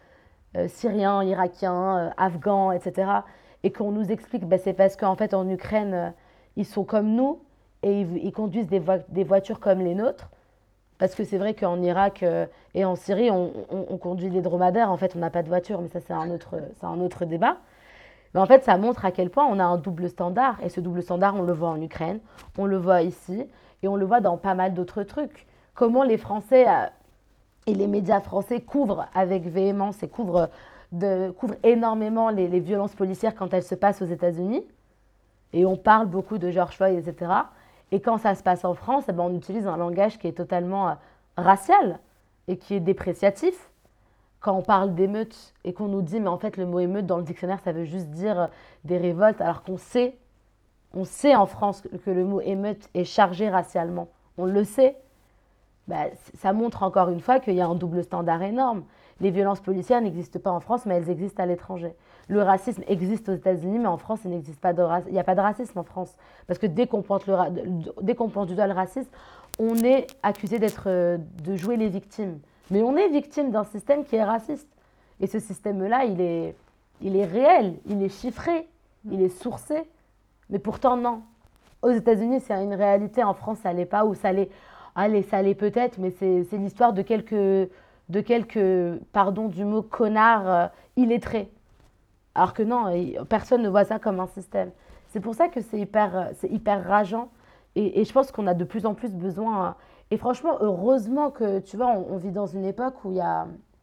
euh, Syriens, Irakiens, euh, Afghans, et cetera. Et qu'on nous explique, bah, c'est parce qu'en fait, en Ukraine, euh, ils sont comme nous et ils, ils conduisent des, voi- des voitures comme les nôtres. Parce que c'est vrai qu'en Irak euh, et en Syrie, on, on- on conduit des dromadaires. En fait, on n'a pas de voiture, mais ça, c'est un autre, c'est un autre débat. Mais en fait, ça montre à quel point on a un double standard. Et ce double standard, on le voit en Ukraine, on le voit ici, et on le voit dans pas mal d'autres trucs. Comment les Français euh, et les médias français couvrent avec véhémence et couvrent, de, couvrent énormément les, les violences policières quand elles se passent aux États-Unis. Et on parle beaucoup de George Floyd, et cetera. Et quand ça se passe en France, eh ben, on utilise un langage qui est totalement euh, racial et qui est dépréciatif. Quand on parle d'émeutes et qu'on nous dit, mais en fait, le mot émeute dans le dictionnaire, ça veut juste dire euh, des révoltes, alors qu'on sait, on sait en France que, que le mot émeute est chargé racialement. On le sait. Bah, ça montre encore une fois qu'il y a un double standard énorme. Les violences policières n'existent pas en France, mais elles existent à l'étranger. Le racisme existe aux États-Unis, mais en France, il n'existe pas de rac- il n'y a pas de racisme en France. Parce que dès qu'on pointe, le ra- dès qu'on pointe du doigt le racisme, on est accusé d'être, euh, de jouer les victimes. Mais on est victime d'un système qui est raciste. Et ce système-là, il est, il est réel, il est chiffré, il est sourcé. Mais pourtant, non. Aux États-Unis, c'est une réalité. En France, ça l'est pas. Ou ça l'est, allez, ça l'est peut-être, mais c'est, c'est l'histoire de quelques, de quelques, pardon du mot, connards euh, illettrés. Alors que non, il- personne ne voit ça comme un système. C'est pour ça que c'est hyper, euh, c'est hyper rageant. Et, et je pense qu'on a de plus en plus besoin. euh, Et franchement, heureusement que, tu vois, on, on vit dans une époque où il y a,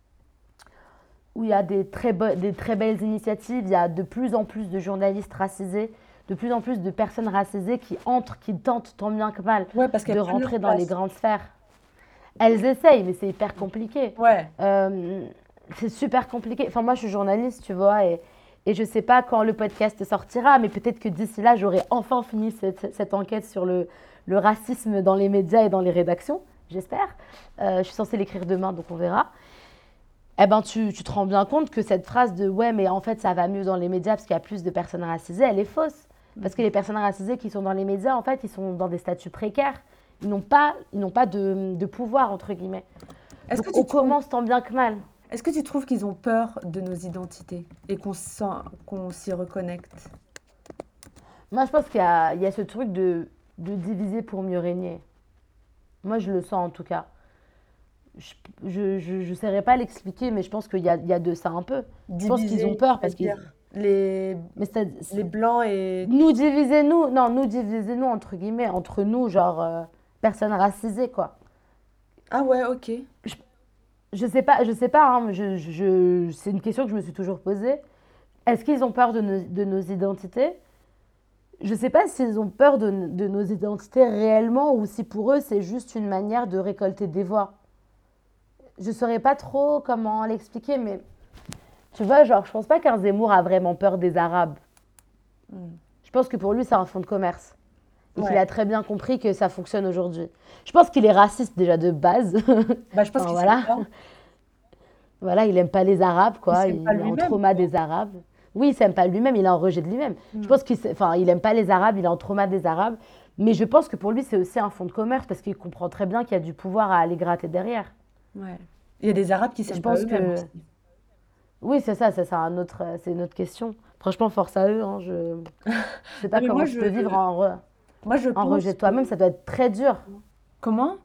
où il y a des très, be- des très belles initiatives. Il y a de plus en plus de journalistes racisés, de plus en plus de personnes racisées qui entrent, qui tentent tant bien que mal Ouais, parce de qu'elles prennent leur rentrer dans les place. grandes sphères. Elles essayent, mais c'est hyper compliqué. Ouais. Euh, c'est super compliqué. Enfin, moi, je suis journaliste, tu vois, et, et je sais pas quand le podcast sortira, mais peut-être que d'ici là, j'aurai enfin fini cette, cette enquête sur le, le racisme dans les médias et dans les rédactions, j'espère. Euh, je suis censée l'écrire demain, donc on verra. Eh ben, tu, tu te rends bien compte que cette phrase de ouais, mais en fait, ça va mieux dans les médias parce qu'il y a plus de personnes racisées, elle est fausse. Parce que les personnes racisées qui sont dans les médias, en fait, ils sont dans des statuts précaires. Ils n'ont pas, ils n'ont pas de, de pouvoir, entre guillemets. Est-ce Donc que on tu trouves, commence tant bien que mal. est-ce que tu trouves qu'ils ont peur de nos identités et qu'on sent, qu'on s'y reconnecte? Moi, je pense qu'il y a, il y a ce truc de, de diviser pour mieux régner. Moi, je le sens en tout cas. Je ne saurais pas l'expliquer, mais je pense qu'il y a, il y a de ça un peu. Je pense qu'ils ont Diviser, peur parce qu'ils... c'est-à-dire les, Mais c'est- les blancs et... nous diviser, nous, non, nous diviser, nous, entre guillemets, entre nous, genre, euh, personnes racisées, quoi. Ah ouais, ok. Je, je sais pas, je sais pas, hein, je, je- c'est une question que je me suis toujours posée. Est-ce qu'ils ont peur de nos, de nos identités? Je sais pas s'ils ont peur de, de nos identités réellement ou si pour eux c'est juste une manière de récolter des voix. Je saurais pas trop comment l'expliquer, mais tu vois, genre, je pense pas qu'un Zemmour a vraiment peur des Arabes. Hmm. Je pense que pour lui, c'est un fonds de commerce. Et qu'il Ouais. a très bien compris que ça fonctionne aujourd'hui. Je pense qu'il est raciste déjà de base. Bah, je pense Enfin, qu'ils s'aiment voilà. pas. Voilà, il aime pas les Arabes, Il quoi. s'aime pas Il est en lui-même, trauma quoi. des Arabes. Oui, il s'aime pas lui-même, il est en rejet de lui-même. Je Hmm. pense qu'il, s'est- enfin, il aime pas les Arabes, il est en trauma des Arabes. Mais je pense que pour lui, c'est aussi un fonds de commerce parce qu'il comprend très bien qu'il y a du pouvoir à aller gratter derrière. Ouais. Il y a des Arabes qui Et je s'aiment pas pense eux-mêmes que, aussi. oui, c'est ça, ça, c'est un autre, c'est une autre question. Franchement, force à eux, hein, je, je sais Non, pas mais moi, comment tu je, peux vivre en, re- moi, je en rejet pense de que... toi-même, ça doit être très dur. Comment?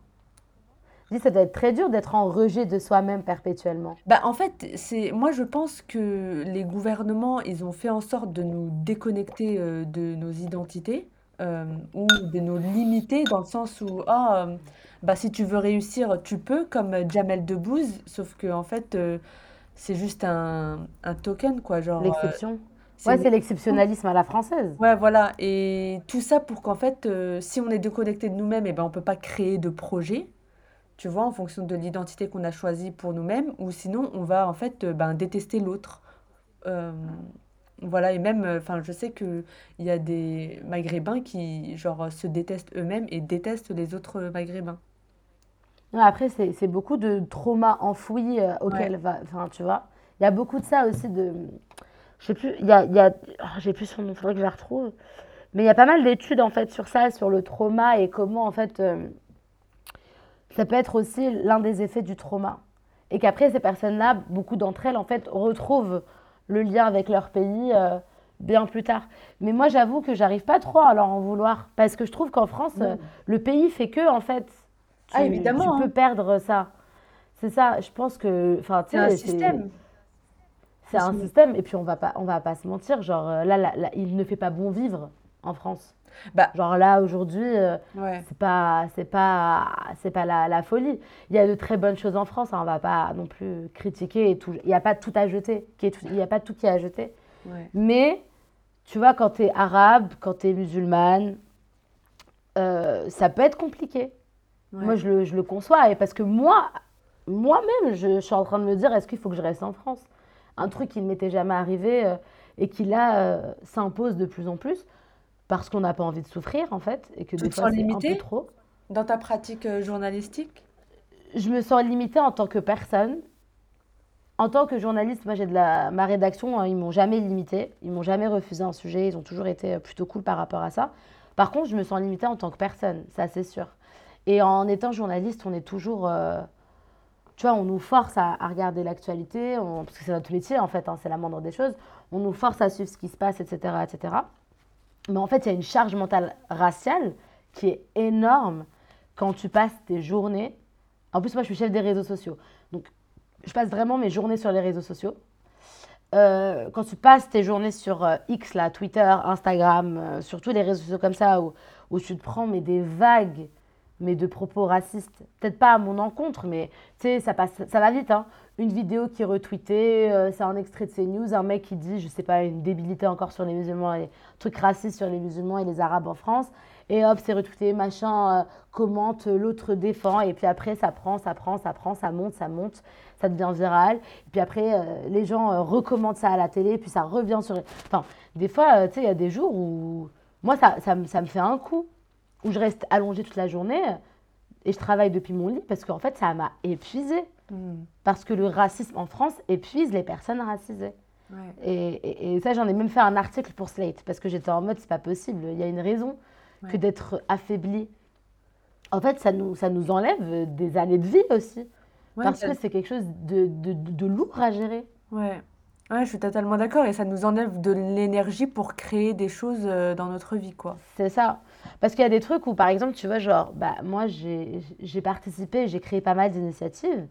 Je dis, ça doit être très dur d'être en rejet de soi-même perpétuellement. Bah, en fait, c'est, moi, je pense que les gouvernements, ils ont fait en sorte de nous déconnecter euh, de nos identités euh, ou de nous limiter dans le sens où, ah, euh, bah, si tu veux réussir, tu peux, comme euh, Jamel Debbouze, sauf que, en fait, euh, c'est juste un, un token, quoi, genre, euh, L'exception. c'est Ouais, une c'est exception. l'exceptionnalisme à la française. Ouais, voilà. Et tout ça pour qu'en fait, euh, si on est déconnecté de nous-mêmes, et ben, on peut pas créer de projet, tu vois, en fonction de l'identité qu'on a choisie pour nous-mêmes, ou sinon, on va en fait euh, ben, détester l'autre. Euh, voilà, et même, euh, enfin, je sais que il y a des Maghrébins qui, genre, se détestent eux-mêmes et détestent les autres Maghrébins. Ouais, après, c'est c'est beaucoup de traumas enfouis euh, Ouais. auxquels va. Enfin, tu vois. Il y a beaucoup de ça aussi de. Je sais plus. Il y a, il y a... oh, j'ai plus son nom, faudrait que je la retrouve. Mais il y a pas mal d'études en fait sur ça, sur le trauma et comment en fait euh, ça peut être aussi l'un des effets du trauma. Et qu'après, ces personnes-là, beaucoup d'entre elles, en fait, retrouvent le lien avec leur pays euh, bien plus tard. Mais moi, j'avoue que j'arrive pas trop à leur en vouloir. Parce que je trouve qu'en France, euh, Non. le pays fait que, en fait, Ah, tu, tu évidemment, peux hein. perdre ça. C'est ça, je pense que, enfin, tu C'est un sais, c'est, système. c'est un système. Et puis, on va pas, on va pas se mentir, genre, euh, là, là, là, il ne fait pas bon vivre en France. Bah, Genre là, aujourd'hui, euh, ouais. c'est pas, c'est pas, c'est pas la, la folie. Il y a de très bonnes choses en France, hein, on va pas non plus critiquer et tout. Il n'y a pas tout à jeter, qui est tout- il n'y a pas tout qui est à jeter. Ouais. Mais, tu vois, quand tu es arabe, quand tu es musulmane, euh, ça peut être compliqué. Moi, Ouais. je le, je le conçois. Et parce que moi, moi-même, je, je suis en train de me dire, est-ce qu'il faut que je reste en France? Un truc qui ne m'était jamais arrivé euh, et qui là euh, s'impose de plus en plus parce qu'on n'a pas envie de souffrir en fait et que Tu des te fois sens c'est un peu limité trop. dans ta pratique euh, journalistique? Je me sens limitée en tant que personne. En tant que journaliste, moi j'ai de la ma rédaction, hein, ils m'ont jamais limitée, ils m'ont jamais refusé un sujet, ils ont toujours été euh, plutôt cool par rapport à ça. Par contre, je me sens limitée en tant que personne, ça c'est sûr. Et en étant journaliste, on est toujours euh, tu vois, on nous force à, à regarder l'actualité, on- parce que c'est notre métier en fait, hein, c'est la moindre des choses. On nous force à suivre ce qui se passe, et cetera, et cetera. Mais en fait, il y a une charge mentale raciale qui est énorme quand tu passes tes journées. En plus, moi, je suis chef des réseaux sociaux. Donc, je passe vraiment mes journées sur les réseaux sociaux. Euh, quand tu passes tes journées sur euh, X, là, Twitter, Instagram, euh, sur tous les réseaux sociaux comme ça, où, où tu te prends mais des vagues mais de propos racistes, peut-être pas à mon encontre, mais tu sais, ça passe, ça va vite, hein. Une vidéo qui est retweetée, euh, c'est un extrait de CNews, un mec qui dit, je sais pas, une débilité encore sur les musulmans, et trucs racistes sur les musulmans et les arabes en France, et hop, c'est retweeté, machin, euh, commente, l'autre défend, et puis après, ça prend, ça prend, ça prend, ça monte, ça monte, ça devient viral, et puis après, euh, les gens euh, recommandent ça à la télé, puis ça revient sur... Enfin, des fois, euh, tu sais, il y a des jours où... Moi, ça, ça, me- ça me fait un coup où je reste allongée toute la journée et je travaille depuis mon lit parce qu'en fait, ça m'a épuisée. Hmm. Parce que le racisme en France épuise les personnes racisées. Ouais. Et, et- et ça, j'en ai même fait un article pour Slate parce que j'étais en mode, c'est pas possible. Il y a une raison que Ouais. d'être affaibli. En fait, ça nous, ça nous enlève des années de vie aussi. Ouais, Parce t'as- que c'est quelque chose de, de, de- de lourd à gérer. ouais. Ouais, je suis totalement d'accord. Et ça nous enlève de l'énergie pour créer des choses euh, dans notre vie, quoi. C'est ça. Parce qu'il y a des trucs où, par exemple, tu vois, genre, bah, moi, j'ai j'ai participé, j'ai créé pas mal d'initiatives.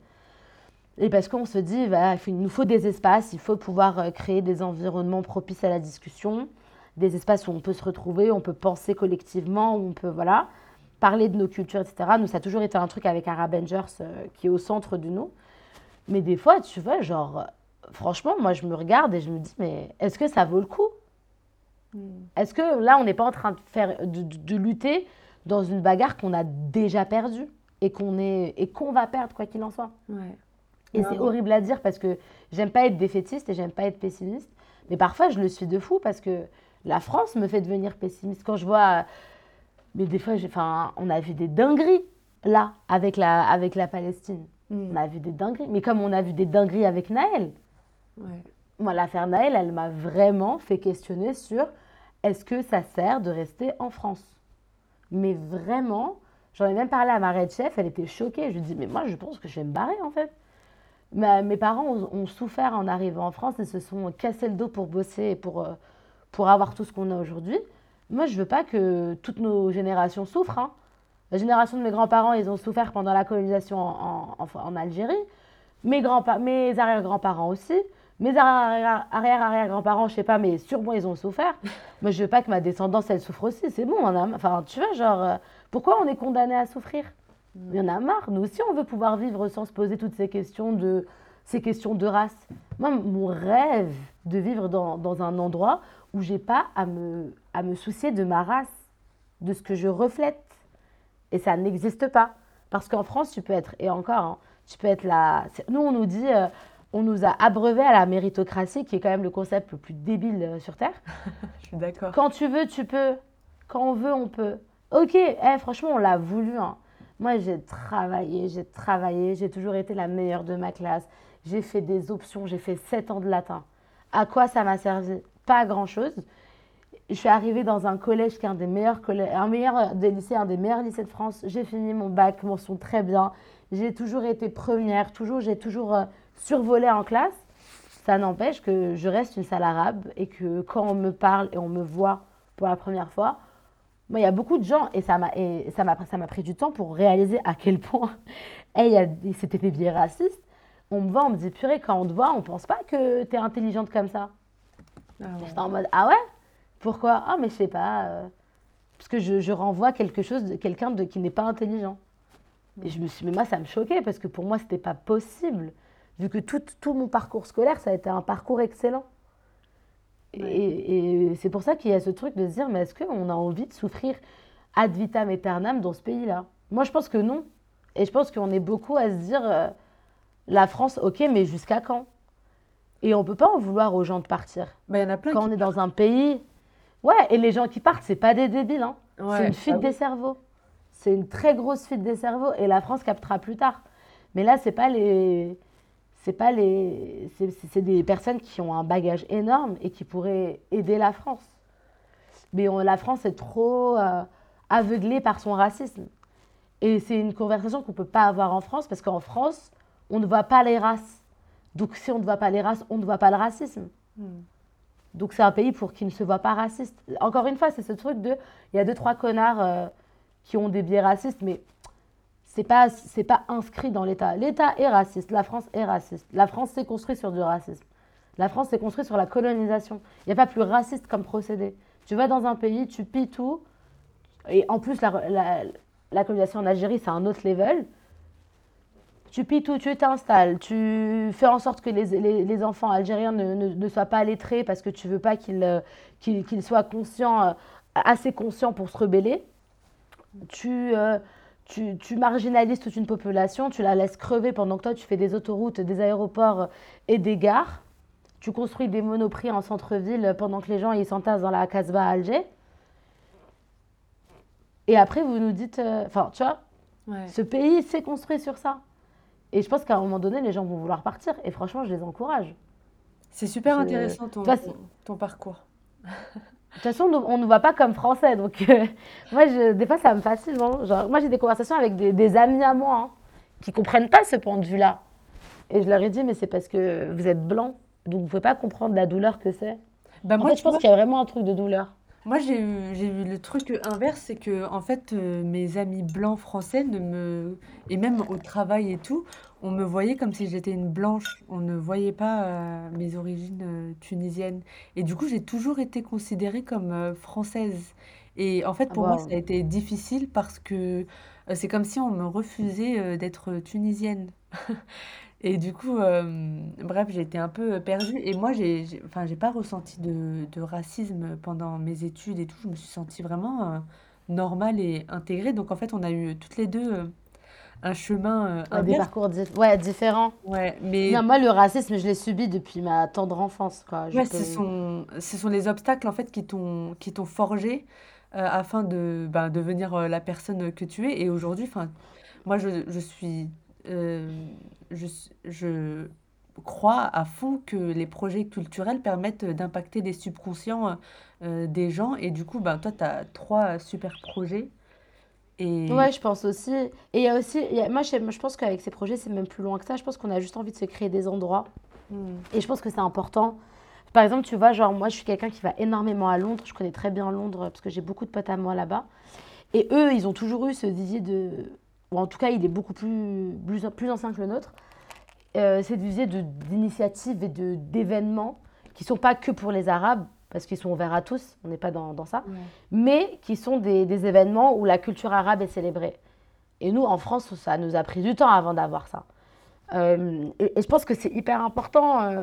Et parce qu'on se dit, bah, il faut- il nous faut des espaces, il faut pouvoir euh, créer des environnements propices à la discussion, des espaces où on peut se retrouver, on peut penser collectivement, où on peut, voilà, parler de nos cultures, et cetera. Nous, ça a toujours été un truc avec Arab Rangers euh, qui est au centre de nous. Mais des fois, tu vois, genre, euh, franchement, moi, je me regarde et je me dis, mais est-ce que ça vaut le coup? Hmm. Est-ce que là, on n'est pas en train de faire, de, de- de lutter dans une bagarre qu'on a déjà perdue et qu'on est, et qu'on va perdre, quoi qu'il en soit? Ouais. Et c'est Non. horrible à dire parce que j'aime pas être défaitiste et j'aime pas être pessimiste. Mais parfois, je le suis de fou parce que la France me fait devenir pessimiste. Quand je vois. Mais des fois, j'ai- enfin, on a vu des dingueries là, avec la, avec la Palestine. On Hmm. a vu des dingueries. Mais comme on a vu des dingueries avec Naël, Ouais. moi, l'affaire Naël, elle m'a vraiment fait questionner sur est-ce que ça sert de rester en France? Mais vraiment, j'en ai même parlé à ma red chef, elle était choquée. Je lui dis, mais moi, je pense que je vais me barrer en fait. Ma- mes parents ont, ont souffert en arrivant en France et se sont cassés le dos pour bosser et pour, euh, pour avoir tout ce qu'on a aujourd'hui. Moi, je veux pas que toutes nos générations souffrent, hein. La génération de mes grands-parents, ils ont souffert pendant la colonisation en, en- en- en Algérie. Mes, grands mes arrière-grands-parents aussi. Mes arrière-arrière-grands-parents, je sais pas, mais sûrement ils ont souffert. Moi, je veux pas que ma descendance, elle souffre aussi. C'est bon, on a... Enfin, tu vois, genre, euh, pourquoi on est condamné à souffrir? Il y en a marre. Nous aussi, on veut pouvoir vivre sans se poser toutes ces questions de, ces questions de race. Moi, mon rêve de vivre dans, dans un endroit où j'ai pas à me, à me soucier de ma race, de ce que je reflète. Et ça n'existe pas. Parce qu'en France, tu peux être, et encore, hein, tu peux être là. Nous, on nous dit, euh, on nous a abreuvé à la méritocratie, qui est quand même le concept le plus débile euh, sur Terre. Je suis d'accord. Quand tu veux, tu peux. Quand on veut, on peut. Ok, eh, franchement, on l'a voulu, hein. Moi, j'ai travaillé, j'ai travaillé, j'ai toujours été la meilleure de ma classe. J'ai fait des options, j'ai fait sept ans de latin. À quoi ça m'a servi? Pas à grand-chose. je suis arrivée dans un collège qui est un des meilleurs collèges, un meilleur des lycées, un des meilleurs lycées de France. J'ai fini mon bac, mention très bien. J'ai toujours été première, toujours, j'ai toujours euh, survolé en classe. Ça n'empêche que je reste une sale arabe et que quand on me parle et on me voit pour la première fois, moi, il y a beaucoup de gens, et ça m'a, et ça m'a, ça m'a pris du temps pour réaliser à quel point hey, il y a des- c'était des biais racistes. On me voit, on me dit, purée, quand on te voit, on pense pas que t'es intelligente comme ça. Ah ouais. J'étais en mode, ah ouais? Pourquoi? Ah, mais je sais pas. euh, parce que je, je renvoie quelque chose de quelqu'un de, qui n'est pas intelligent. Et je me suis, mais moi, ça me choquait parce que pour moi, c'était pas possible. Vu que tout, tout mon parcours scolaire, ça a été un parcours excellent. Ouais. Et, et c'est pour ça qu'il y a ce truc de se dire, mais est-ce qu'on a envie de souffrir ad vitam aeternam dans ce pays-là? Moi, je pense que non. Et je pense qu'on est beaucoup à se dire, euh, la France, ok, mais jusqu'à quand? Et on peut pas en vouloir aux gens de partir. Bah, il y en a plein Quand qui on est partent. dans un pays. Ouais, et les gens qui partent, c'est pas des débiles, hein. C'est Ouais, une bah fuite des oui. cerveaux. C'est une très grosse fuite des cerveaux. Et la France captera plus tard. Mais là, c'est pas les. C'est pas les. C'est c'est- c'est des personnes qui ont un bagage énorme et qui pourraient aider la France. Mais on- la France est trop euh, aveuglée par son racisme. Et c'est une conversation qu'on ne peut pas avoir en France parce qu'en France, on ne voit pas les races. Donc si on ne voit pas les races, on ne voit pas le racisme. Hmm. Donc c'est un pays pour qui ne se voit pas raciste. Encore une fois, c'est ce truc de, il y a deux, trois connards euh, qui ont des biais racistes, mais c'est pas, c'est pas inscrit dans l'État. L'État est raciste, la France est raciste. La France s'est construite sur du racisme. La France s'est construite sur la colonisation. Il n'y a pas plus raciste comme procédé. Tu vas dans un pays, tu pilles tout, et en plus, la, la, la colonisation en Algérie, c'est un autre level. Tu pilles tout, tu t'installes, tu fais en sorte que les, les, les enfants algériens ne, ne, ne soient pas lettrés parce que tu veux pas qu'ils euh, qu'ils, qu'ils soient conscients, euh, assez conscients pour se rebeller. Tu, euh, tu, tu marginalises toute une population, tu la laisses crever pendant que toi tu fais des autoroutes, des aéroports et des gares. Tu construis des monoprix en centre-ville pendant que les gens ils s'entassent dans la Casbah à Alger. Et après, vous nous dites, euh, enfin, tu vois, Ouais. ce pays s'est construit sur ça. Et je pense qu'à un moment donné, les gens vont vouloir partir. Et franchement, je les encourage. C'est super Je... De intéressant toute ton, façon, ton parcours. de toute façon, on ne nous voit pas comme français. Donc, euh, moi, je, des fois, ça me fascine. Vraiment. Genre, moi, j'ai des conversations avec des, des amis à moi hein, qui ne comprennent pas ce point de vue-là. Et je leur ai dit, mais c'est parce que vous êtes blanc. Donc, vous ne pouvez pas comprendre la douleur que c'est. Bah En moi, fait, je tu pense vois, qu'il y a vraiment un truc de douleur. moi j'ai eu, j'ai eu le truc inverse, c'est que en fait euh, mes amis blancs français ne me et même au travail et tout, on me voyait comme si j'étais une blanche. On ne voyait pas euh, mes origines euh, tunisiennes. Et du coup, j'ai toujours été considérée comme euh, française. Et en fait, Ah, pour moi, ça waouh. a été difficile parce que euh, c'est comme si on me refusait euh, d'être tunisienne. Et du coup, euh, bref, j'ai été un peu perdue. Et moi, j'ai, j'ai- enfin, j'ai pas ressenti de, de racisme pendant mes études et tout. Je me suis sentie vraiment euh, normale et intégrée. Donc, en fait, on a eu toutes les deux euh, un chemin euh, Ouais, des inverse. parcours dif- ouais, différents. Ouais, Non, mais moi, le racisme, je l'ai subi depuis ma tendre enfance. Quoi. Je ouais, ce peux... sont, ce sont les obstacles en fait qui t'ont, qui t'ont forgé euh, afin de ben, devenir euh, la personne que tu es. Et aujourd'hui, enfin, moi, je, je suis, euh, je, s- je crois à fond que les projets culturels permettent d'impacter les subconscients euh, des gens. Et du coup, ben, toi, tu as trois super projets. Ouais, Et je pense aussi. Et il y a aussi, il y a- moi, je, je pense qu'avec ces projets, c'est même plus loin que ça. Je pense qu'on a juste envie de se créer des endroits. Hmm. Et je pense que c'est important. Par exemple, tu vois, genre, moi, je suis quelqu'un qui va énormément à Londres. Je connais très bien Londres parce que j'ai beaucoup de potes à moi là-bas. Et eux, ils ont toujours eu ce visier de. Ou en tout cas, il est beaucoup plus, plus, plus ancien que le nôtre. Euh, cette visée de- d'initiatives et de, d'événements qui ne sont pas que pour les Arabes, parce qu'ils sont ouverts à tous, on n'est pas dans, dans ça, Ouais. mais qui sont des, des événements où la culture arabe est célébrée. Et nous, en France, ça nous a pris du temps avant d'avoir ça. Euh, et, et je pense que c'est hyper important. euh,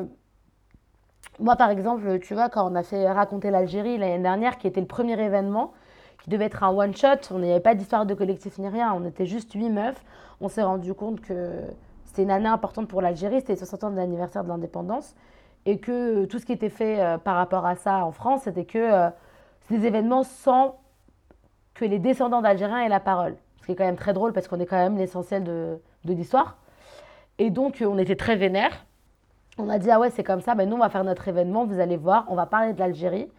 Moi, par exemple, tu vois, quand on a fait raconter l'Algérie l'année dernière, qui était le premier événement, qui devait être un one-shot, on n'avait pas d'histoire de collectif ni rien, on était juste huit meufs. On s'est rendu compte que c'était une année importante pour l'Algérie, c'était les soixante ans de l'anniversaire de l'indépendance, et que tout ce qui était fait euh, par rapport à ça en France, c'était que euh, c'est des événements sans que les descendants d'Algériens aient la parole. Ce qui est quand même très drôle parce qu'on est quand même l'essentiel de, de l'histoire. Et donc, euh, on était très vénères. On a dit, ah ouais, c'est comme ça, ben nous, on va faire notre événement, vous allez voir, on va parler de l'Algérie.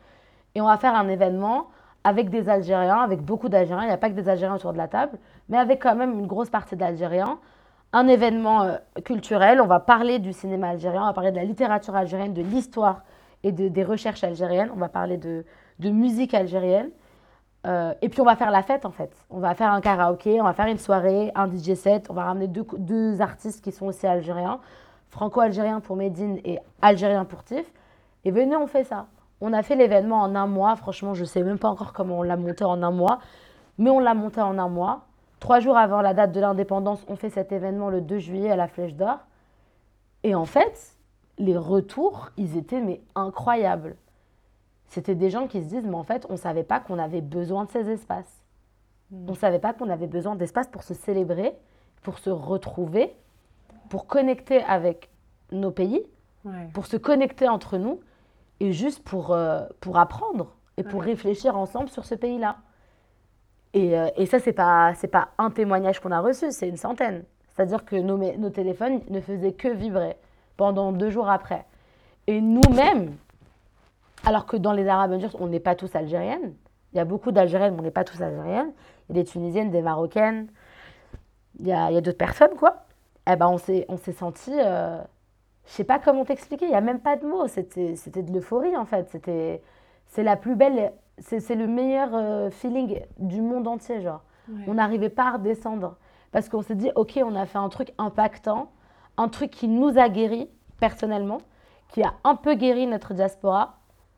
Et on va faire un événement avec des Algériens, avec beaucoup d'Algériens. Il n'y a pas que des Algériens autour de la table, mais avec quand même une grosse partie d'Algériens. Un événement euh, culturel. On va parler du cinéma algérien, on va parler de la littérature algérienne, de l'histoire et de, des recherches algériennes. On va parler de, de musique algérienne. Euh, et puis on va faire la fête en fait. On va faire un karaoké, on va faire une soirée, un D J set. On va ramener deux, deux artistes qui sont aussi algériens, franco-algérien pour Medine et algérien pour Tif. Et venez, on fait ça. On a fait l'événement en un mois. Franchement, je ne sais même pas encore comment on l'a monté en un mois, mais on l'a monté en un mois. Trois jours avant la date de l'indépendance, on fait cet événement le deux juillet à la Flèche d'Or. Et en fait, les retours, ils étaient mais incroyables. C'était des gens qui se disent, mais en fait, on ne savait pas qu'on avait besoin de ces espaces. On ne savait pas qu'on avait besoin d'espace pour se célébrer, pour se retrouver, pour connecter avec nos pays, Ouais. pour se connecter entre nous et juste pour, euh, pour apprendre et pour Ouais. réfléchir ensemble sur ce pays-là. Et, euh, et ça, ce n'est pas, c'est pas un témoignage qu'on a reçu, c'est une centaine. C'est-à-dire que nos, nos téléphones ne faisaient que vibrer pendant deux jours après. Et nous-mêmes, alors que dans les Arab Rangers, on n'est pas tous algériennes. Il y a beaucoup d'Algériennes, mais on n'est pas tous algériennes. Il y a des Tunisiennes, des Marocaines. Il y a, il y a d'autres personnes, quoi. Eh ben, on s'est, on s'est sentis... Euh, je sais pas comment t'expliquer. Il n'y a même pas de mots. C'était, c'était de l'euphorie, en fait. C'était, c'est la plus belle... C'est, c'est le meilleur euh, feeling du monde entier, genre. Ouais. On n'arrivait pas à redescendre. Parce qu'on s'est dit, OK, on a fait un truc impactant, un truc qui nous a guéris, personnellement, qui a un peu guéri notre diaspora.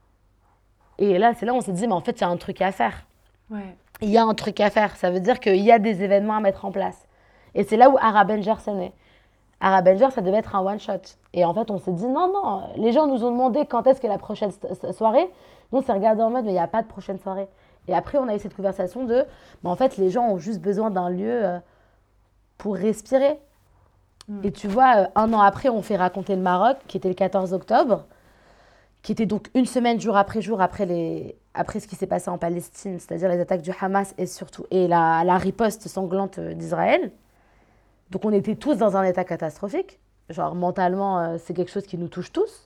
Et là, c'est là où on s'est dit, mais en fait, il y a un truc à faire. Ouais. Il y a un truc à faire. Ça veut dire qu'il y a des événements à mettre en place. Et c'est là où Arabanger s'est né. Arabanger, ça devait être un one-shot. Et en fait, on s'est dit, non, non, les gens nous ont demandé quand est-ce qu'est la prochaine soirée. Nous, on s'est regardé en mode, mais il n'y a pas de prochaine soirée. Et après, on a eu cette conversation de, mais en fait, les gens ont juste besoin d'un lieu euh, pour respirer. Mm. Et tu vois, euh, un an après, on fait raconter le Maroc, qui était le quatorze octobre, qui était donc une semaine, jour après jour, après, les, après ce qui s'est passé en Palestine, c'est-à-dire les attaques du Hamas et surtout et la, la riposte sanglante d'Israël. Donc on était tous dans un état catastrophique. Genre mentalement, euh, c'est quelque chose qui nous touche tous.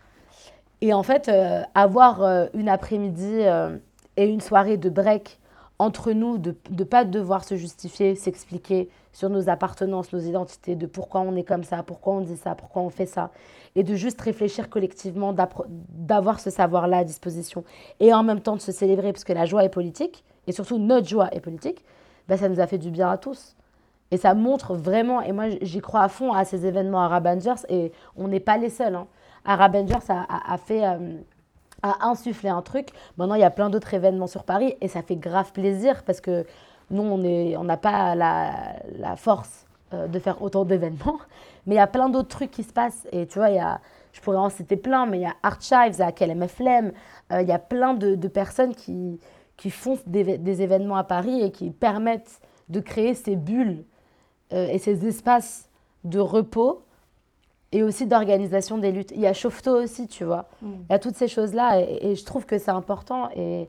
Et en fait, euh, avoir euh, une après-midi euh, et une soirée de break entre nous, de ne pas devoir se justifier, s'expliquer sur nos appartenances, nos identités, de pourquoi on est comme ça, pourquoi on dit ça, pourquoi on fait ça, et de juste réfléchir collectivement, d'avoir ce savoir-là à disposition, et en même temps de se célébrer, parce que la joie est politique, et surtout notre joie est politique, ben ça nous a fait du bien à tous. Et ça montre vraiment, et moi j'y crois à fond à ces événements Arabangers, et on n'est pas les seuls. Hein. Arabangers a, a, a fait... Euh, a insufflé un truc. Maintenant, il y a plein d'autres événements sur Paris et ça fait grave plaisir parce que nous, on est, on n'a pas la, la force euh, de faire autant d'événements. Mais il y a plein d'autres trucs qui se passent. Et tu vois, il y a, je pourrais en citer plein, mais il y a Archives, il y a K L M F L M, euh, il y a plein de, de personnes qui, qui font des, des événements à Paris et qui permettent de créer ces bulles euh, et ces espaces de repos et aussi d'organisation des luttes. Il y a Chauvetot aussi, tu vois. Mm. Il y a toutes ces choses-là et, et je trouve que c'est important et,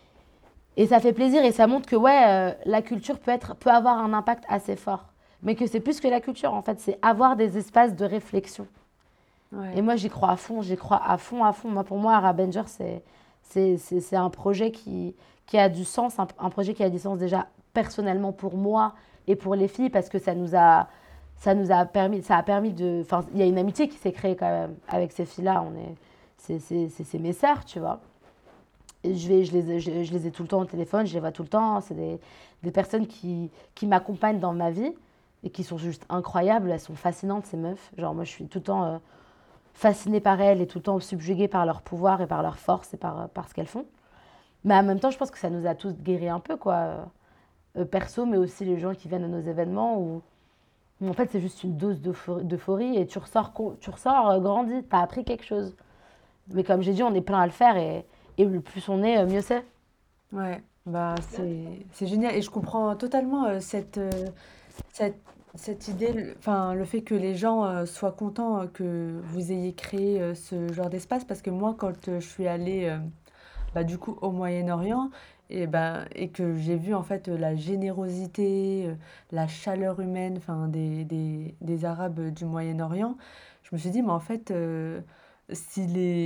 et ça fait plaisir et ça montre que ouais, euh, la culture peut, être, peut avoir un impact assez fort. Mais que c'est plus que la culture, en fait. C'est avoir des espaces de réflexion. Ouais. Et moi, j'y crois à fond, j'y crois à fond, à fond. Moi, pour moi, Arabanger, c'est, c'est, c'est, c'est un projet qui, qui a du sens, un, un projet qui a du sens déjà personnellement pour moi et pour les filles parce que ça nous a... Ça nous a permis, ça a permis de... Enfin, il y a une amitié qui s'est créée quand même avec ces filles-là. On est, c'est, c'est, c'est, c'est mes sœurs, tu vois. Et je, vais, je, les, je, je les ai tout le temps au téléphone, je les vois tout le temps. C'est des, des personnes qui, qui m'accompagnent dans ma vie et qui sont juste incroyables. Elles sont fascinantes, ces meufs. Genre, moi, je suis tout le temps euh, fascinée par elles et tout le temps subjuguée par leur pouvoir et par leur force et par, par ce qu'elles font. Mais en même temps, je pense que ça nous a tous guéris un peu, quoi. Euh, perso, mais aussi les gens qui viennent à nos événements où... En fait, c'est juste une dose d'euphorie et tu ressors, tu ressors grandi, tu as appris quelque chose. Mais comme j'ai dit, on est plein à le faire et, et plus on est, mieux c'est. Ouais, bah c'est, c'est génial et je comprends totalement euh, cette, euh, cette, cette idée, enfin le fait que les gens euh, soient contents euh, que vous ayez créé euh, ce genre d'espace parce que moi, quand euh, je suis allée euh, bah, du coup au Moyen-Orient, et, ben, et que j'ai vu en fait la générosité, euh, la chaleur humaine enfin, des, des, des Arabes du Moyen-Orient, je me suis dit, mais en fait, euh, si les,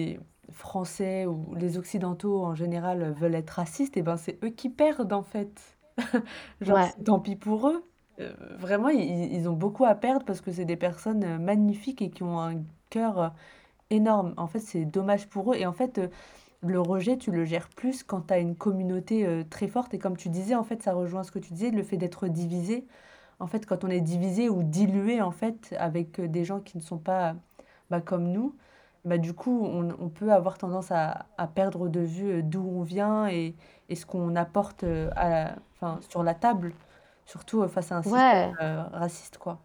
Français ou les Occidentaux en général euh, veulent être racistes, et ben c'est eux qui perdent en fait. Genre, Ouais, c'est tant pis pour eux. Heu, vraiment, ils ils ont beaucoup à perdre parce que c'est des personnes, heu, magnifiques et qui ont un cœur, heu, énorme. En fait, c'est dommage pour eux et en fait, heu, le rejet, tu le gères plus quand tu as une communauté, heu, très forte et comme tu disais, en fait, ça rejoint ce que tu disais, le fait d'être divisé. En fait, quand on est divisé ou dilué, en fait, avec, heu, des gens qui ne sont pas, bah, comme nous, bah, du coup, on on peut avoir tendance à à perdre de vue, heu, d'où on vient et et ce qu'on apporte, heu, à la enfin, sur la table, surtout, heu, face à un système, ouais. heu, raciste, quoi.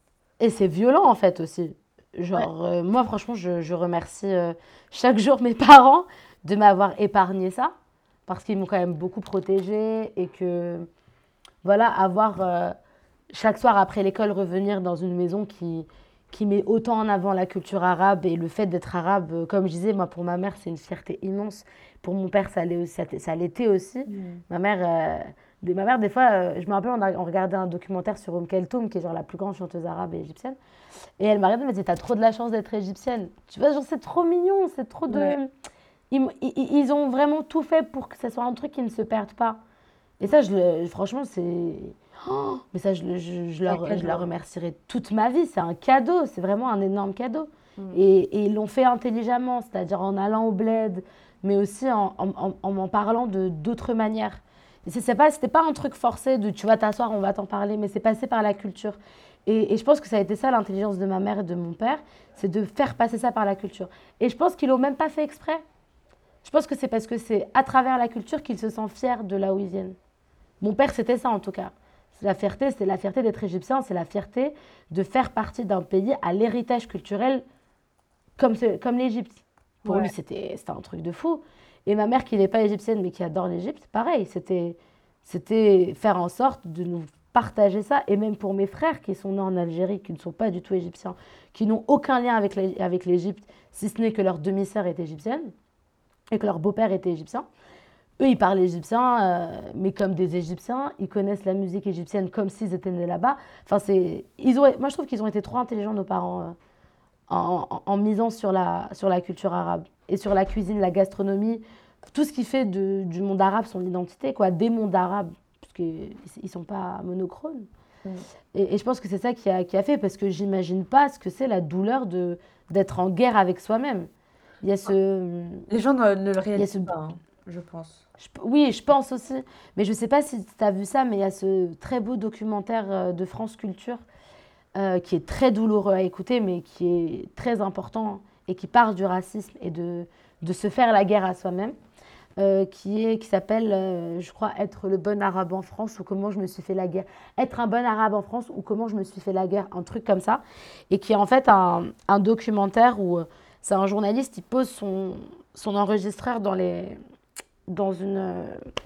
Et c'est violent en fait aussi. Ouais. Genre, euh, moi franchement, je, je remercie euh, chaque jour mes parents de m'avoir épargné ça, parce qu'ils m'ont quand même beaucoup protégée et que, voilà, avoir euh, chaque soir après l'école revenir dans une maison qui, qui met autant en avant la culture arabe et le fait d'être arabe, euh, comme je disais, moi pour ma mère c'est une fierté immense, pour mon père ça l'est aussi- ça, ça l'était aussi. Mmh. Ma mère, euh, des- ma mère des fois, euh, je me rappelle on, a, on regardait un documentaire sur Umm Keltoum qui est genre la plus grande chanteuse arabe et égyptienne, et elle m'a regardée, elle m'a dit t'as trop de la chance d'être égyptienne. Tu vois, genre c'est trop mignon, c'est trop Ouais. de... Ils, ils, ils ont vraiment tout fait pour que ce soit un truc qui ne se perde pas. Et ça, je le, franchement, c'est. Oh, mais ça, je, le- je, je, C'est un leur, je la cadeau, hein. remercierai toute ma vie. C'est un cadeau, c'est vraiment un énorme cadeau. Mmh. Et, et ils l'ont fait intelligemment, c'est-à-dire en allant au bled, mais aussi en en, en, en m'en parlant de d'autres manières. Et c'est, c'est pas, c'était pas un truc forcé de tu vas t'asseoir, on va t'en parler, mais c'est passé par la culture. Et, et je pense que ça a été ça l'intelligence de ma mère et de mon père, c'est de faire passer ça par la culture. Et je pense qu'ils l'ont même pas fait exprès. Je pense que c'est parce que c'est à travers la culture qu'ils se sentent fiers de là où ils viennent. Mon père, c'était ça en tout cas. C'est la fierté, c'est la fierté d'être égyptien, c'est la fierté de faire partie d'un pays à l'héritage culturel comme, comme l'Égypte. Pour lui, Ouais. c'était c'était un truc de fou. Et ma mère, qui n'est pas égyptienne mais qui adore l'Égypte, pareil, c'était c'était faire en sorte de nous partager ça. Et même pour mes frères qui sont nés en Algérie, qui ne sont pas du tout égyptiens, qui n'ont aucun lien avec l'Égypte, si ce n'est que leur demi-sœur est égyptienne et que leur beau-père était égyptien. Eux, ils parlent égyptien, euh, mais comme des Égyptiens. Ils connaissent la musique égyptienne comme s'ils étaient nés là-bas. Enfin, c'est, ils ont, moi, je trouve qu'ils ont été trop intelligents, nos parents, euh, en, en- en misant sur la, sur la culture arabe et sur la cuisine, la gastronomie, tout ce qui fait de- du monde arabe son identité, quoi, des mondes arabes, parce qu'ils ne sont pas monochrones. Mmh. Et, et je pense que c'est ça qui a, qui a fait, parce que j'imagine pas ce que c'est la douleur de, d'être en guerre avec soi-même. Il y a ce, Les gens ne ne le il y a réalisent ce pas, hein, je pense. je- oui, je pense aussi. Mais je ne sais pas si tu as vu ça, mais il y a ce très beau documentaire euh, de France Culture euh, qui est très douloureux à écouter, mais qui est très important et qui parle du racisme et de, de se faire la guerre à soi-même, euh, qui est, qui s'appelle, euh, je crois, Être le bon arabe en France ou comment je me suis fait la guerre. Être un bon arabe en France ou comment je me suis fait la guerre, un truc comme ça. Et qui est en fait un, un documentaire où euh, c'est un journaliste, il pose son, son enregistreur dans les, dans une, euh,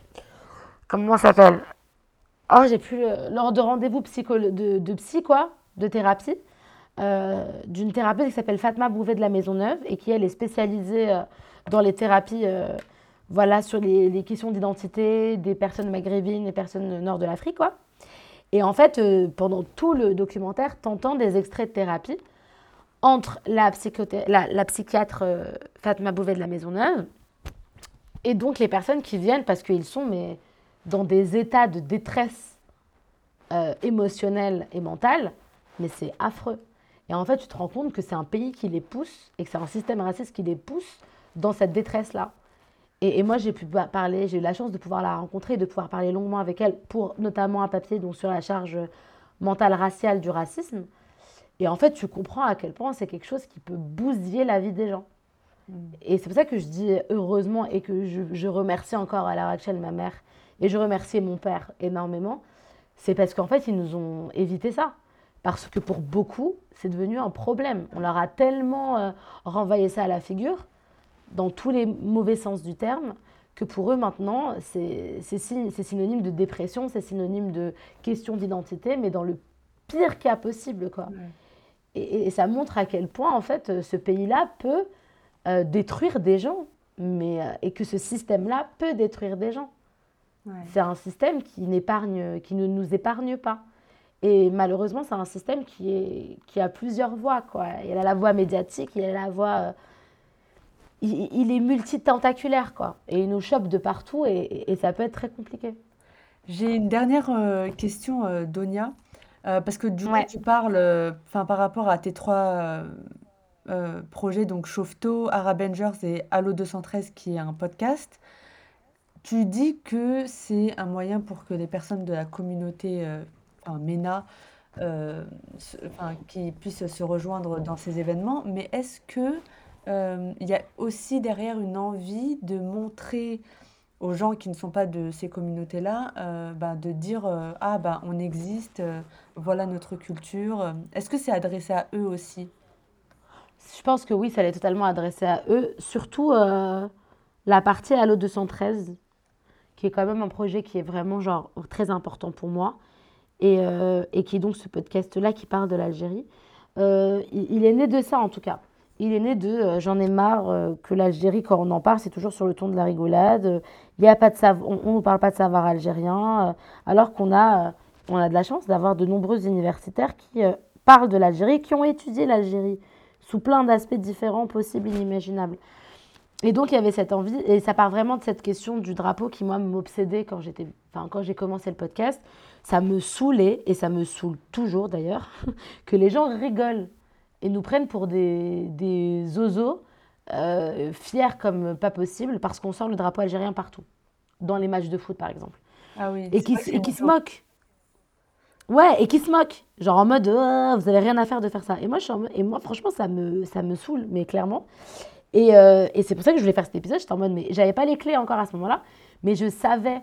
comment ça s'appelle? Oh, j'ai plus le- lors de rendez-vous psycho, de, de psy, quoi, de thérapie, euh, d'une thérapeute qui s'appelle Fatma Bouvet de la Maisonneuve et qui, elle, est spécialisée euh, dans les thérapies, euh, voilà, sur les, les questions d'identité des personnes maghrébines, des personnes nord de l'Afrique, quoi. Et en fait, euh, pendant tout le documentaire, t'entends des extraits de thérapie entre la, psychothé- la, la psychiatre euh, Fatma Bouvet de la Maisonneuve et donc les personnes qui viennent parce qu'ils sont mais, dans des états de détresse euh, émotionnelle et mentale, mais c'est affreux. Et en fait, tu te rends compte que c'est un pays qui les pousse et que c'est un système raciste qui les pousse dans cette détresse-là. Et, et moi, j'ai pu parler, j'ai eu la chance de pouvoir la rencontrer, de pouvoir parler longuement avec elle pour notamment un papier donc, sur la charge mentale raciale du racisme. Et en fait, tu comprends à quel point c'est quelque chose qui peut bousiller la vie des gens. Mmh. Et c'est pour ça que je dis heureusement et que je, je remercie encore à l'heure actuelle ma mère et je remercie mon père énormément. C'est parce qu'en fait, ils nous ont évité ça. Parce que pour beaucoup, c'est devenu un problème. On leur a tellement euh, renvoyé ça à la figure, dans tous les mauvais sens du terme, que pour eux maintenant, c'est c'est sy- c'est synonyme de dépression, c'est synonyme de question d'identité, mais dans le pire cas possible, quoi. Ouais. Et, et ça montre à quel point, en fait, euh, ce pays-là peut euh, détruire des gens, mais, euh, et que ce système-là peut détruire des gens. Ouais. C'est un système qui n'épargne, qui ne nous épargne pas. Et malheureusement, c'est un système qui, est, qui a plusieurs voies, quoi. Il y a la voie médiatique, il y a la voie, euh, il, il est multitentaculaire, quoi. Et il nous chope de partout et, et ça peut être très compliqué. J'ai une dernière euh, question, euh, Donia, Euh, parce que du coup, Ouais. tu parles, euh, enfin, par rapport à tes trois euh, euh, projets, donc Chauvetot, Arabengers et Allo deux cent treize, qui est un podcast. Tu dis que c'est un moyen pour que les personnes de la communauté, euh, enfin MENA, euh, se- enfin, qui puissent se rejoindre dans ces événements, mais est-ce que euh, il y a aussi derrière une envie de montrer aux gens qui ne sont pas de ces communautés-là, euh, bah, de dire euh, ah bah on existe, euh, voilà notre culture. euh. Est-ce que c'est adressé à eux aussi? Je pense que oui, ça l'est totalement adressé à eux. Surtout euh, la partie Allo deux cent treize, qui est quand même un projet qui est vraiment genre très important pour moi. Et, euh, et qui est donc ce podcast-là qui parle de l'Algérie. Euh, il, il est né de ça en tout cas. Il est né de euh, j'en ai marre euh, que l'Algérie, quand on en parle, c'est toujours sur le ton de la rigolade. Euh, Il y a pas de sav- on ne nous parle pas de savoir algérien, euh, alors qu'on a, euh, on a de la chance d'avoir de nombreux universitaires qui euh, parlent de l'Algérie, qui ont étudié l'Algérie sous plein d'aspects différents, possibles, inimaginables. Et donc il y avait cette envie, et ça part vraiment de cette question du drapeau qui moi m'obsédait quand j'étais, enfin quand j'ai commencé le podcast. Ça me saoulait, et ça me saoule toujours d'ailleurs, que les gens rigolent et nous prennent pour des, des zozos euh, fiers comme pas possible parce qu'on sort le drapeau algérien partout, dans les matchs de foot par exemple, Ah oui, et c'est qui, vrai que s- c'est et une qui se joke. moquent. Ouais, et qui se moquent, genre en mode oh, vous avez rien à faire de faire ça. Et moi, je suis en mode- et moi franchement ça me, ça me saoule, mais clairement. Et, euh, et c'est pour ça que je voulais faire cet épisode. J'étais en mode, mais j'avais pas les clés encore à ce moment-là, mais je savais,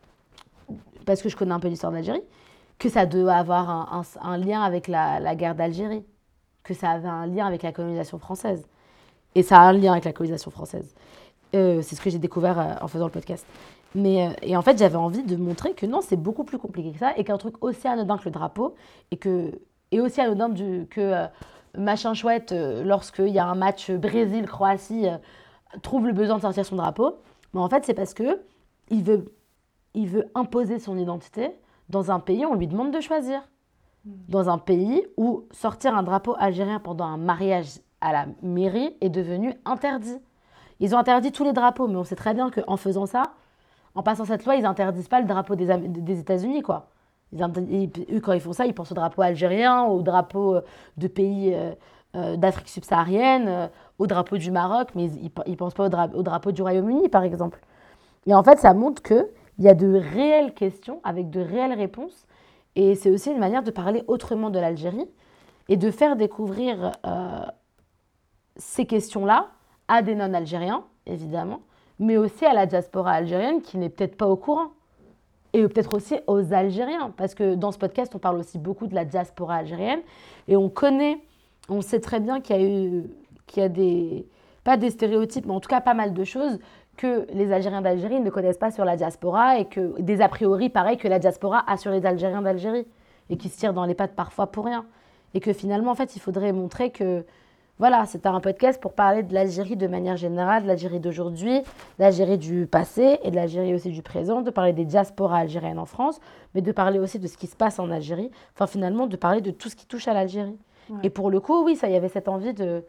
parce que je connais un peu l'histoire d'Algérie, que ça devait avoir un, un- un lien avec la, la guerre d'Algérie, que ça avait un lien avec la colonisation française. Et ça a un lien avec la colonisation française. Euh, c'est ce que j'ai découvert euh, en faisant le podcast. Mais, euh, et en fait, j'avais envie de montrer que non, c'est beaucoup plus compliqué que ça, et qu'un truc aussi anodin que le drapeau, et, que, et aussi anodin du, que euh, machin chouette, euh, lorsqu'il y a un match Brésil-Croatie, euh, trouve le besoin de sortir son drapeau. Mais en fait, c'est parce que il veut, il veut imposer son identité dans un pays où on lui demande de choisir. Dans un pays où sortir un drapeau algérien pendant un mariage à la mairie est devenu interdit. Ils ont interdit tous les drapeaux, mais on sait très bien qu'en faisant ça, en passant cette loi, ils interdisent pas le drapeau des, des États-Unis, quoi. Ils, ils, eux, quand ils font ça, ils pensent au drapeau algérien, au drapeau euh, de pays euh, euh, d'Afrique subsaharienne, euh, au drapeau du Maroc, mais ils ne pensent pas au, dra au drapeau du Royaume-Uni, par exemple. Et en fait, ça montre qu'il y a de réelles questions avec de réelles réponses. Et c'est aussi une manière de parler autrement de l'Algérie et de faire découvrir euh, ces questions-là à des non-algériens, évidemment, mais aussi à la diaspora algérienne qui n'est peut-être pas au courant. Et peut-être aussi aux Algériens, parce que dans ce podcast, on parle aussi beaucoup de la diaspora algérienne, et on connaît, on sait très bien qu'il y a eu, qu'il y a des, pas des stéréotypes, mais en tout cas pas mal de choses que les Algériens d'Algérie ne connaissent pas sur la diaspora, et que des a priori pareil que la diaspora a sur les Algériens d'Algérie, et qui se tirent dans les pattes parfois pour rien. Et que finalement, en fait, il faudrait montrer que voilà, c'est un podcast pour parler de l'Algérie de manière générale, de l'Algérie d'aujourd'hui, de l'Algérie du passé et de l'Algérie aussi du présent, de parler des diasporas algériennes en France, mais de parler aussi de ce qui se passe en Algérie, enfin finalement de parler de tout ce qui touche à l'Algérie. Et Ouais, pour le coup, oui, ça, il y avait cette envie de,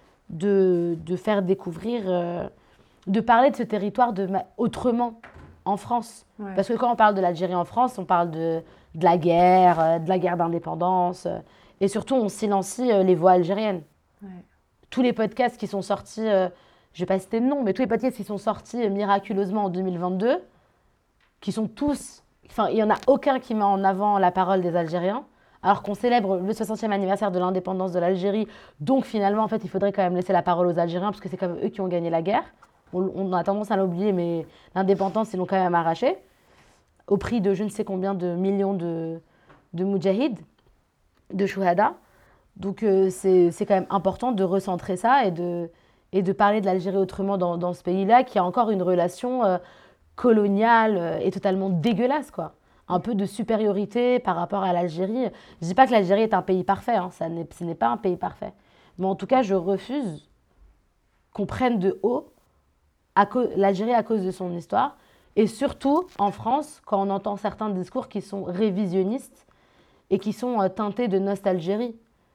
de, de faire découvrir, euh, de parler de ce territoire de autrement en France. ouais, Parce que quand on parle de l'Algérie en France, on parle de, de la guerre, euh, de la guerre d'indépendance, euh, et surtout on silencie euh, les voix algériennes. ouais. Tous les podcasts qui sont sortis, euh, je ne vais pas citer de nom, mais tous les podcasts qui sont sortis euh, miraculeusement en deux mille vingt-deux, qui sont tous, enfin, il n'y en a aucun qui met en avant la parole des Algériens, alors qu'on célèbre le soixantième anniversaire de l'indépendance de l'Algérie. Donc finalement, en fait, il faudrait quand même laisser la parole aux Algériens, parce que c'est quand même eux qui ont gagné la guerre. On, on a tendance à l'oublier, mais l'indépendance, ils l'ont quand même arrachée, au prix de je ne sais combien de millions de, de moudjahids, de shuhada. Donc euh, c'est c'est quand même important de recentrer ça et de, et de parler de l'Algérie autrement dans, dans ce pays-là qui a encore une relation euh, coloniale euh, et totalement dégueulasse, quoi. Un peu de supériorité par rapport à l'Algérie. Je dis pas que l'Algérie est un pays parfait, hein, ça n'est, ce n'est pas un pays parfait. Mais en tout cas, je refuse qu'on prenne de haut à co- l'Algérie à cause de son histoire. Et surtout en France, quand on entend certains discours qui sont révisionnistes et qui sont euh, teintés de nostalgie.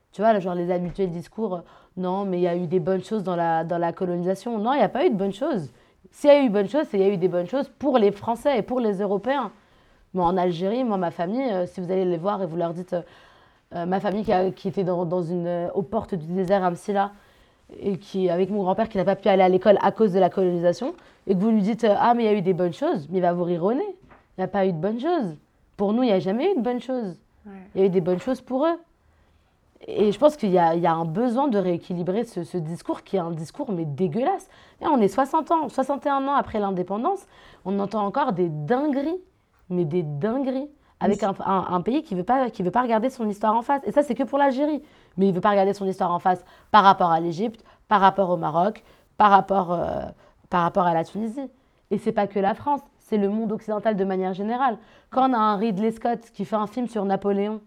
Tu vois, là, genre les habituels discours, euh, non, mais il y a eu des bonnes choses dans la, dans la colonisation. Non, il n'y a pas eu de bonnes choses. S'il y a eu bonnes choses, c'est qu'il y a eu des bonnes choses pour les Français et pour les Européens. Moi, en Algérie, moi, ma famille, euh, si vous allez les voir et vous leur dites, euh, euh, ma famille qui, a- qui était dans, dans une, euh, aux portes du désert Amsila, et qui, avec mon grand-père qui n'a pas pu aller à l'école à cause de la colonisation, et que vous lui dites, euh, ah, mais il y a eu des bonnes choses, mais il va vous rire au nez. Il n'y a pas eu de bonnes choses. Pour nous, il n'y a jamais eu de bonnes choses. Ouais. Il y a eu des bonnes choses pour eux. Et je pense qu'il y a, il y a un besoin de rééquilibrer ce, ce discours qui est un discours mais dégueulasse. Et on est soixante ans, soixante et un ans après l'indépendance, on entend encore des dingueries, mais des dingueries, avec un, un- un pays qui ne veut pas, qui veut pas regarder son histoire en face. Et ça, c'est que pour l'Algérie. Mais il ne veut pas regarder son histoire en face par rapport à l'Égypte, par rapport au Maroc, par rapport, euh, par rapport à la Tunisie. Et c'est pas que la France, c'est le monde occidental de manière générale. Quand on a un Ridley Scott qui fait un film sur Napoléon,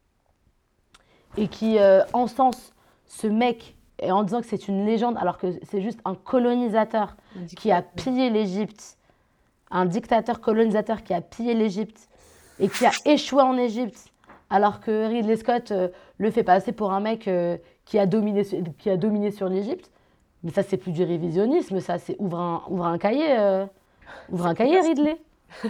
et qui euh, encense ce mec et en disant que c'est une légende alors que c'est juste un colonisateur Un qui a dictateur. pillé l'Égypte, un dictateur colonisateur qui a pillé l'Égypte et qui a échoué en Égypte, alors que Ridley Scott euh, le fait passer pour un mec euh, qui, a dominé, sur- qui a dominé sur l'Égypte. Mais ça, c'est plus du révisionnisme, ça, c'est ouvre un, ouvre un cahier, euh, ouvre un C'est cahier, classe. Ridley.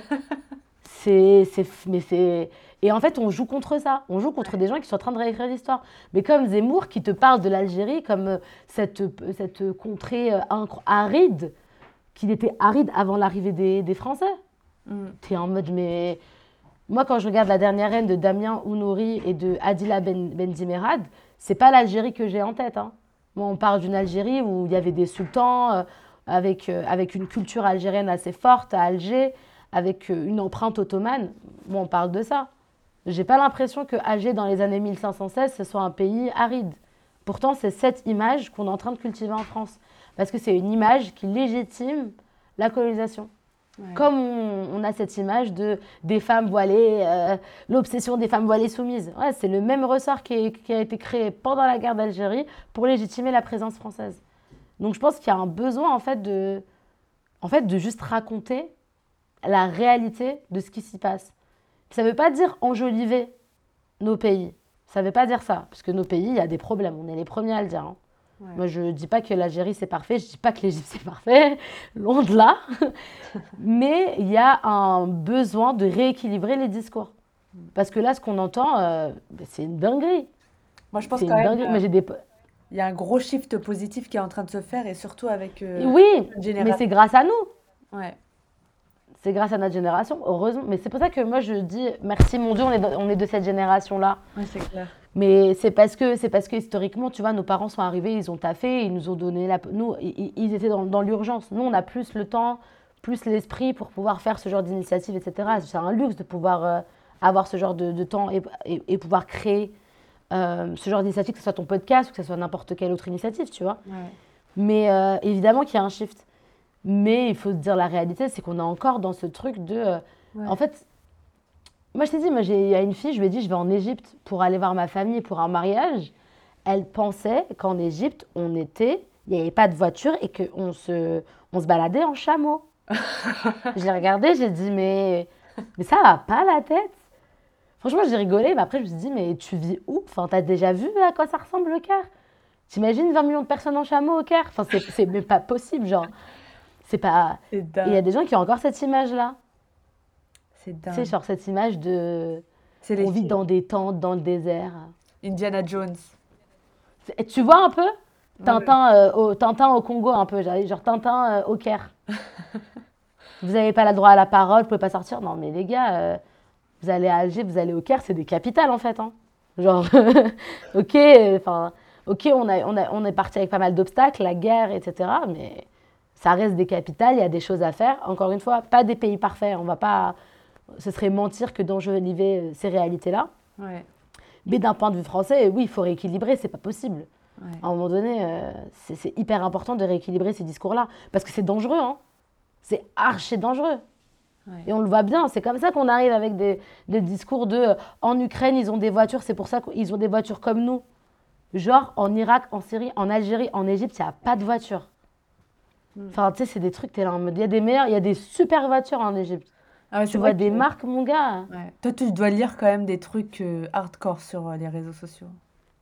C'est, c'est, mais c'est... Et en fait, on joue contre ça. On joue contre Ouais. des gens qui sont en train de réécrire l'histoire. Mais comme Zemmour, qui te parle de l'Algérie comme euh, cette, cette contrée euh, incro- aride, qu'il était aride avant l'arrivée des, des Français. Mm. T'es en mode, mais... Moi, quand je regarde la dernière reine de Damien Ounouri et de Adila Ben, Bendimerad, c'est pas l'Algérie que j'ai en tête, hein. Moi, on parle d'une Algérie où il y avait des sultans, euh, avec, euh, avec une culture algérienne assez forte à Alger, avec euh, une empreinte ottomane. Moi, on parle de ça. J'ai pas l'impression que Alger, dans les années mille cinq cent seize, ce soit un pays aride. Pourtant, c'est cette image qu'on est en train de cultiver en France. Parce que c'est une image qui légitime la colonisation. Ouais. Comme on, on a cette image de, des femmes voilées, euh, l'obsession des femmes voilées soumises. Ouais, c'est le même ressort qui, est- qui a été créé pendant la guerre d'Algérie pour légitimer la présence française. Donc je pense qu'il y a un besoin en fait de, en fait, de juste raconter la réalité de ce qui s'y passe. Ça ne veut pas dire enjoliver nos pays. Ça ne veut pas dire ça. Parce que nos pays, il y a des problèmes. On est les premiers à le dire, hein. Ouais. Moi, je ne dis pas que l'Algérie, c'est parfait. Je ne dis pas que l'Égypte, c'est parfait. Loin de là. Mais il y a un besoin de rééquilibrer les discours. Parce que là, ce qu'on entend, euh, ben, c'est une dinguerie. Moi, je pense C'est quand une même dinguerie. Moi, j'ai des... il y a un gros shift positif qui est en train de se faire et surtout avec Et euh, oui, une mais génération. c'est grâce à nous. Ouais. C'est grâce à notre génération, heureusement. Mais c'est pour ça que moi, je dis merci, mon Dieu, on est de, on est de cette génération-là. Ouais, c'est clair. Mais c'est parce que, c'est parce que historiquement, tu vois, nos parents sont arrivés, ils ont taffé, ils nous ont donné la... Nous, ils, ils étaient dans, dans l'urgence. Nous, on a plus le temps, plus l'esprit pour pouvoir faire ce genre d'initiative, et cetera. C'est un luxe de pouvoir euh, avoir ce genre de, de temps et, et, et pouvoir créer euh, ce genre d'initiative, que ce soit ton podcast ou que ce soit n'importe quelle autre initiative, tu vois. Ouais. Mais euh, évidemment qu'il y a un shift. Mais il faut se dire la réalité, c'est qu'on est encore dans ce truc de... euh, Ouais. En fait, moi, je t'ai dit, moi, j'ai, il y a une fille, je lui ai dit, je vais en Égypte pour aller voir ma famille pour un mariage. Elle pensait qu'en Égypte, on était, il n'y avait pas de voiture et qu'on se, on se baladait en chameau. Je l'ai regardée, j'ai dit, mais, mais ça va pas la tête. Franchement, j'ai rigolé, mais après, je me suis dit, mais tu vis où? Enfin, t'as déjà vu à quoi ça ressemble le Caire? T'imagines vingt millions de personnes en chameau au Caire? Enfin, c'est, c'est même pas possible, genre. C'est pas... C'est Et il y a dingue. des gens qui ont encore cette image-là. C'est Tu sais, dingue. genre cette image de... C'est les On vit films. dans des tentes, dans le désert. Indiana Jones. Et tu vois un peu Ouais. Tintin, euh, au, Tintin au Congo, un peu, genre genre Tintin euh, au Caire. Vous n'avez pas le droit à la parole, vous pouvez pas sortir. Non, mais les gars, euh, vous allez à Alger, vous allez au Caire, c'est des capitales en fait, hein. Genre, ok, enfin, ok, on, a, on, a, on est parti avec pas mal d'obstacles, la guerre, et cetera. Mais ça reste des capitales, il y a des choses à faire. Encore une fois, pas des pays parfaits. On va pas, ce serait mentir que d'enjoliver euh, ces réalités-là. Ouais. Mais d'un point de vue français, oui, il faut rééquilibrer, c'est pas possible. Ouais. À un moment donné, euh, c'est c'est hyper important de rééquilibrer ces discours-là. Parce que c'est dangereux, hein. C'est archi dangereux. Ouais. Et on le voit bien, c'est comme ça qu'on arrive avec des, des discours de euh, en Ukraine, ils ont des voitures, c'est pour ça qu'ils ont des voitures comme nous. Genre, en Irak, en Syrie, en Algérie, en Égypte, il n'y a pas de voiture. Mm. Enfin, tu sais, c'est des trucs, t'es là en mode, il y a des meilleurs, il y a des super voitures en Égypte. Ah ouais, c'est Tu vrai vois des que- marques, mon gars. Ouais. Toi, tu dois lire quand même des trucs euh, hardcore sur euh, les réseaux sociaux.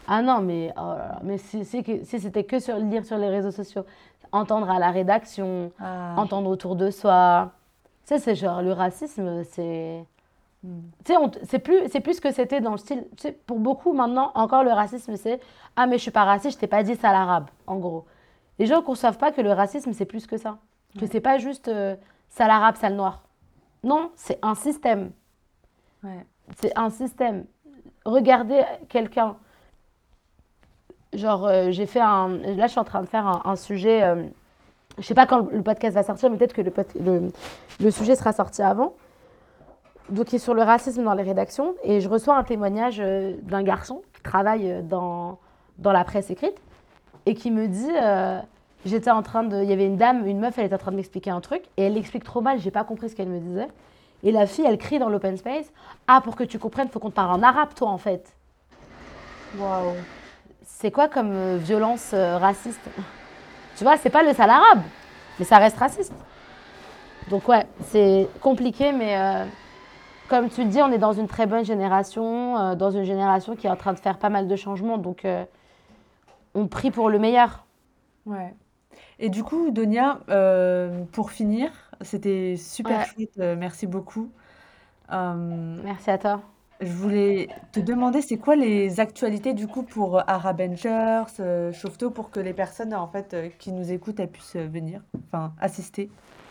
Ah non, mais, oh là là, mais si, si, que- si c'était que sur, lire sur les réseaux sociaux, entendre à la rédaction, Ah, entendre autour de soi, tu sais, c'est genre le racisme, c'est. hmm, Tu sais, on t- c'est plus, c'est plus ce que c'était dans le style. Tu sais, pour beaucoup maintenant, encore le racisme, c'est ah, mais je suis pas raciste, je t'ai pas dit ça l'arabe, en gros. Les gens ne conçoivent pas que le racisme, c'est plus que ça. Que ouais, c'est pas juste euh, sale arabe, sale noir. Non, c'est un système. ouais, C'est un système. Regardez quelqu'un. Genre, euh, j'ai fait un. Là, je suis en train de faire un, un sujet. Euh, je sais pas quand le podcast va sortir, mais peut-être que le, pod- le, le sujet sera sorti avant. Donc, qui est sur le racisme dans les rédactions. Et je reçois un témoignage euh, d'un garçon qui travaille euh, dans, dans la presse écrite et qui me dit euh, j'étais en train de. Il y avait une dame, une meuf, elle était en train de m'expliquer un truc et elle l'explique trop mal, j'ai pas compris ce qu'elle me disait. Et la fille, elle crie dans l'open space ah, pour que tu comprennes, faut qu'on te parle en arabe, toi, en fait. waouh, C'est quoi comme euh, violence euh, raciste? Tu vois, c'est pas le sale arabe, mais ça reste raciste. Donc, ouais, c'est compliqué, mais euh, comme tu le dis, on est dans une très bonne génération, euh, dans une génération qui est en train de faire pas mal de changements. Donc, euh, on prie pour le meilleur. ouais. Et du coup, Donia, euh, pour finir, c'était super Ouais, chouette, euh, merci beaucoup. Euh, merci à toi. je voulais te demander, c'est quoi les actualités du coup pour euh, Arabengers, euh, Shofto, pour que les personnes en fait euh, qui nous écoutent elles puissent euh, venir, enfin assister.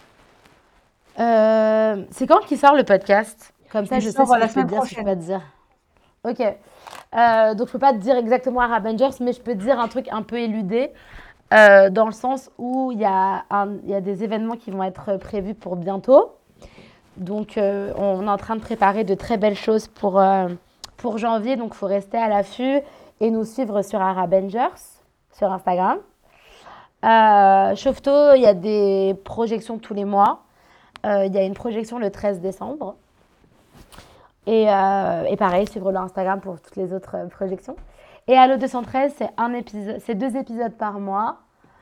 Euh, c'est quand qu'il sort le podcast? Comme ça, Il je sais sort ce euh, que la je peux te semaine dire, ce que je peux prochaine. pas te dire. Ok. Euh, donc, je peux pas te dire exactement Arabengers, mais je peux te dire un truc un peu éludé, euh, dans le sens où il y a un- il y a des événements qui vont être prévus pour bientôt. Donc, euh, on est en train de préparer de très belles choses pour, euh, pour janvier. Donc, il faut rester à l'affût et nous suivre sur Arabengers, sur Instagram. Euh, Chauvetot, il y a des projections tous les mois. Euh, Il y a une projection le treize décembre. Et, euh, et pareil, suivre leur Instagram pour toutes les autres euh, projections. Et Allo deux cent treize, c'est un épisode, c'est deux épisodes par mois.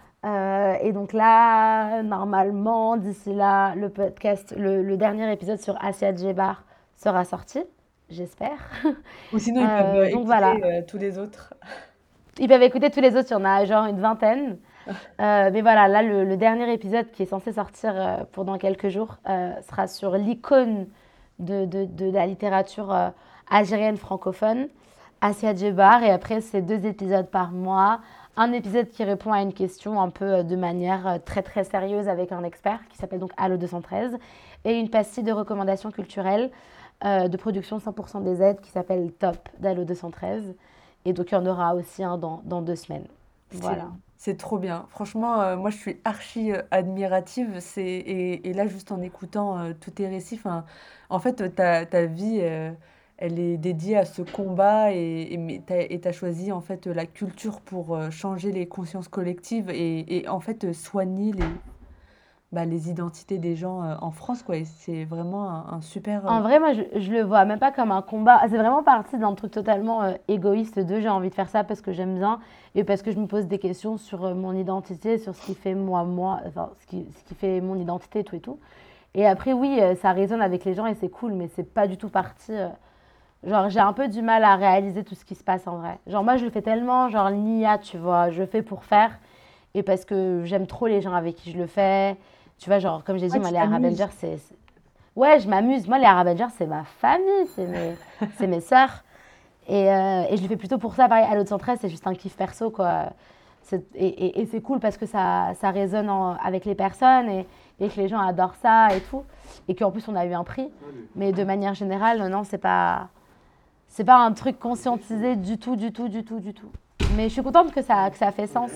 Euh, et donc là, normalement, d'ici là, le podcast, le, le dernier épisode sur Asia Djebar sera sorti, j'espère. Ou sinon ils peuvent Euh, euh, donc voilà, écouter euh, tous les autres. ils peuvent écouter tous les autres, il y en a genre une vingtaine. Euh, mais voilà, là, le, le dernier épisode qui est censé sortir euh, pour dans quelques jours euh, sera sur l'icône de, de, de la littérature euh, algérienne francophone, Asia Djebar. Et après, c'est deux épisodes par mois. Un épisode qui répond à une question un peu euh, de manière euh, très très sérieuse avec un expert qui s'appelle donc Allo deux cent treize. Et une pastille de recommandations culturelles euh, de production cent pour cent des aides qui s'appelle Top d'Allo deux cent treize. Et donc, il y en aura aussi un dans, dans deux semaines. C'est Voilà. c'est trop bien. Franchement, euh, moi je suis archi euh, admirative. C'est et, et là juste en écoutant euh, tous tes récits, enfin, en fait euh, ta, ta vie, euh, elle est dédiée à ce combat et et mais t'as, et t'as choisi en fait la culture pour euh, changer les consciences collectives et, et en fait euh, soigner les bah, les identités des gens euh, en France quoi. Et c'est vraiment un, un super. euh, En vrai, moi, je, je le vois même pas comme un combat. C'est vraiment parti d'un truc totalement euh, égoïste de j'ai envie de faire ça parce que j'aime bien et parce que je me pose des questions sur euh, mon identité, sur ce qui fait moi, moi, enfin, ce qui, ce qui fait mon identité, tout et tout. Et après, oui, euh, ça résonne avec les gens et c'est cool, mais c'est pas du tout parti. euh, Genre, j'ai un peu du mal à réaliser tout ce qui se passe en vrai. Genre, moi, je le fais tellement, genre, nia, tu vois, je fais pour faire et parce que j'aime trop les gens avec qui je le fais. Tu vois, genre, comme j'ai dit, Ouais, moi, tu les t'amuses. Arabengers, c'est ouais, je m'amuse. Moi, les Arabagers, c'est ma famille, c'est mes, c'est mes sœurs. Et, euh, et je le fais plutôt pour ça. Pareil, à l'autre centrale, c'est juste un kiff perso, quoi. C'est- Et, et- et c'est cool parce que ça, ça résonne en- avec les personnes et, et que les gens adorent ça et tout. Et qu'en plus, on a eu un prix. Mais de manière générale, non, c'est pas, c'est pas un truc conscientisé du tout, du tout, du tout, du tout. Mais je suis contente que ça, que ça fait sens.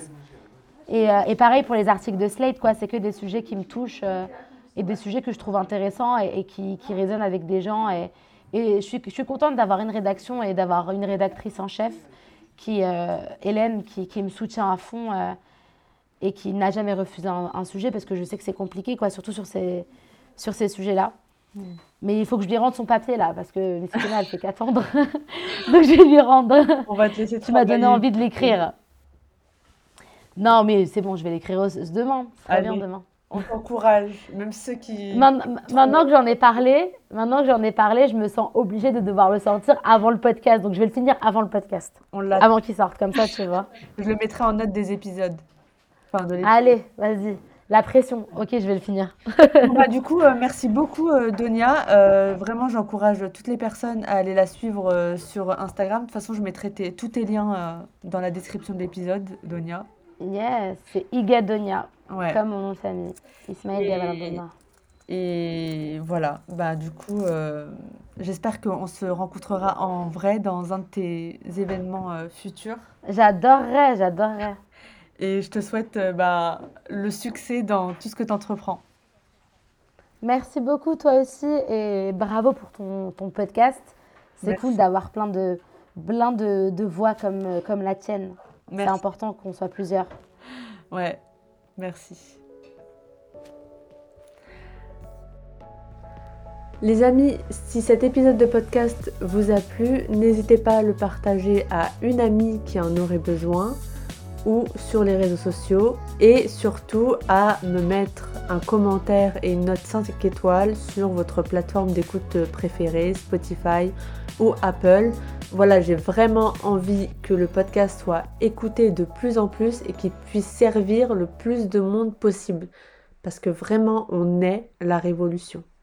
Et, euh, et pareil pour les articles de Slate, quoi, c'est que des sujets qui me touchent euh, et des sujets que je trouve intéressants et, et qui, qui résonnent avec des gens. Et, et je, suis, je suis contente d'avoir une rédaction et d'avoir une rédactrice en chef, qui, euh, Hélène, qui, qui me soutient à fond euh, et qui n'a jamais refusé un, un sujet parce que je sais que c'est compliqué, quoi, surtout sur ces, sur ces sujets-là. Mm. Mais il faut que je lui rende son papier là, parce que Miskina, elle fait qu'attendre. Donc je vais lui rendre. On va te laisser Tu m'as donné travailler. envie de l'écrire. Non, mais c'est bon, je vais l'écrire au- demain. Ça va bien Allez, demain. on t'encourage, même ceux qui... Main- Maintenant que j'en ai parlé, maintenant que j'en ai parlé, je me sens obligée de devoir le sortir avant le podcast. Donc je vais le finir avant le podcast, On l'a... avant qu'il sorte, comme ça, tu vois. Je le mettrai en note des épisodes. Enfin, de l'épisode. Allez, vas-y. La pression. Ok, je vais le finir. Bon, bah, du coup, euh, merci beaucoup, euh, Donia. Euh, vraiment, j'encourage toutes les personnes à aller la suivre euh, sur Instagram. De toute façon, je mettrai tes- tous tes liens euh, dans la description de l'épisode, Donia. Yes, c'est Igadonia, Ouais. comme mon nom de famille. Ismaël Et, Gavaldona. et voilà. Bah, du coup, euh, j'espère qu'on se rencontrera en vrai dans un de tes événements euh, futurs. J'adorerais, j'adorerais. Et je te souhaite euh, bah, le succès dans tout ce que tu entreprends. Merci beaucoup, toi aussi, et bravo pour ton, ton podcast. C'est cool Merci. d'avoir plein de, plein de, de voix comme, euh, comme la tienne. C'est Merci. important qu'on soit plusieurs. Ouais, merci. Les amis, si cet épisode de podcast vous a plu, n'hésitez pas à le partager à une amie qui en aurait besoin ou sur les réseaux sociaux et surtout à me mettre un commentaire et une note cinq étoiles sur votre plateforme d'écoute préférée, Spotify ou Apple. Voilà, j'ai vraiment envie que le podcast soit écouté de plus en plus et qu'il puisse servir le plus de monde possible parce que vraiment on est la révolution.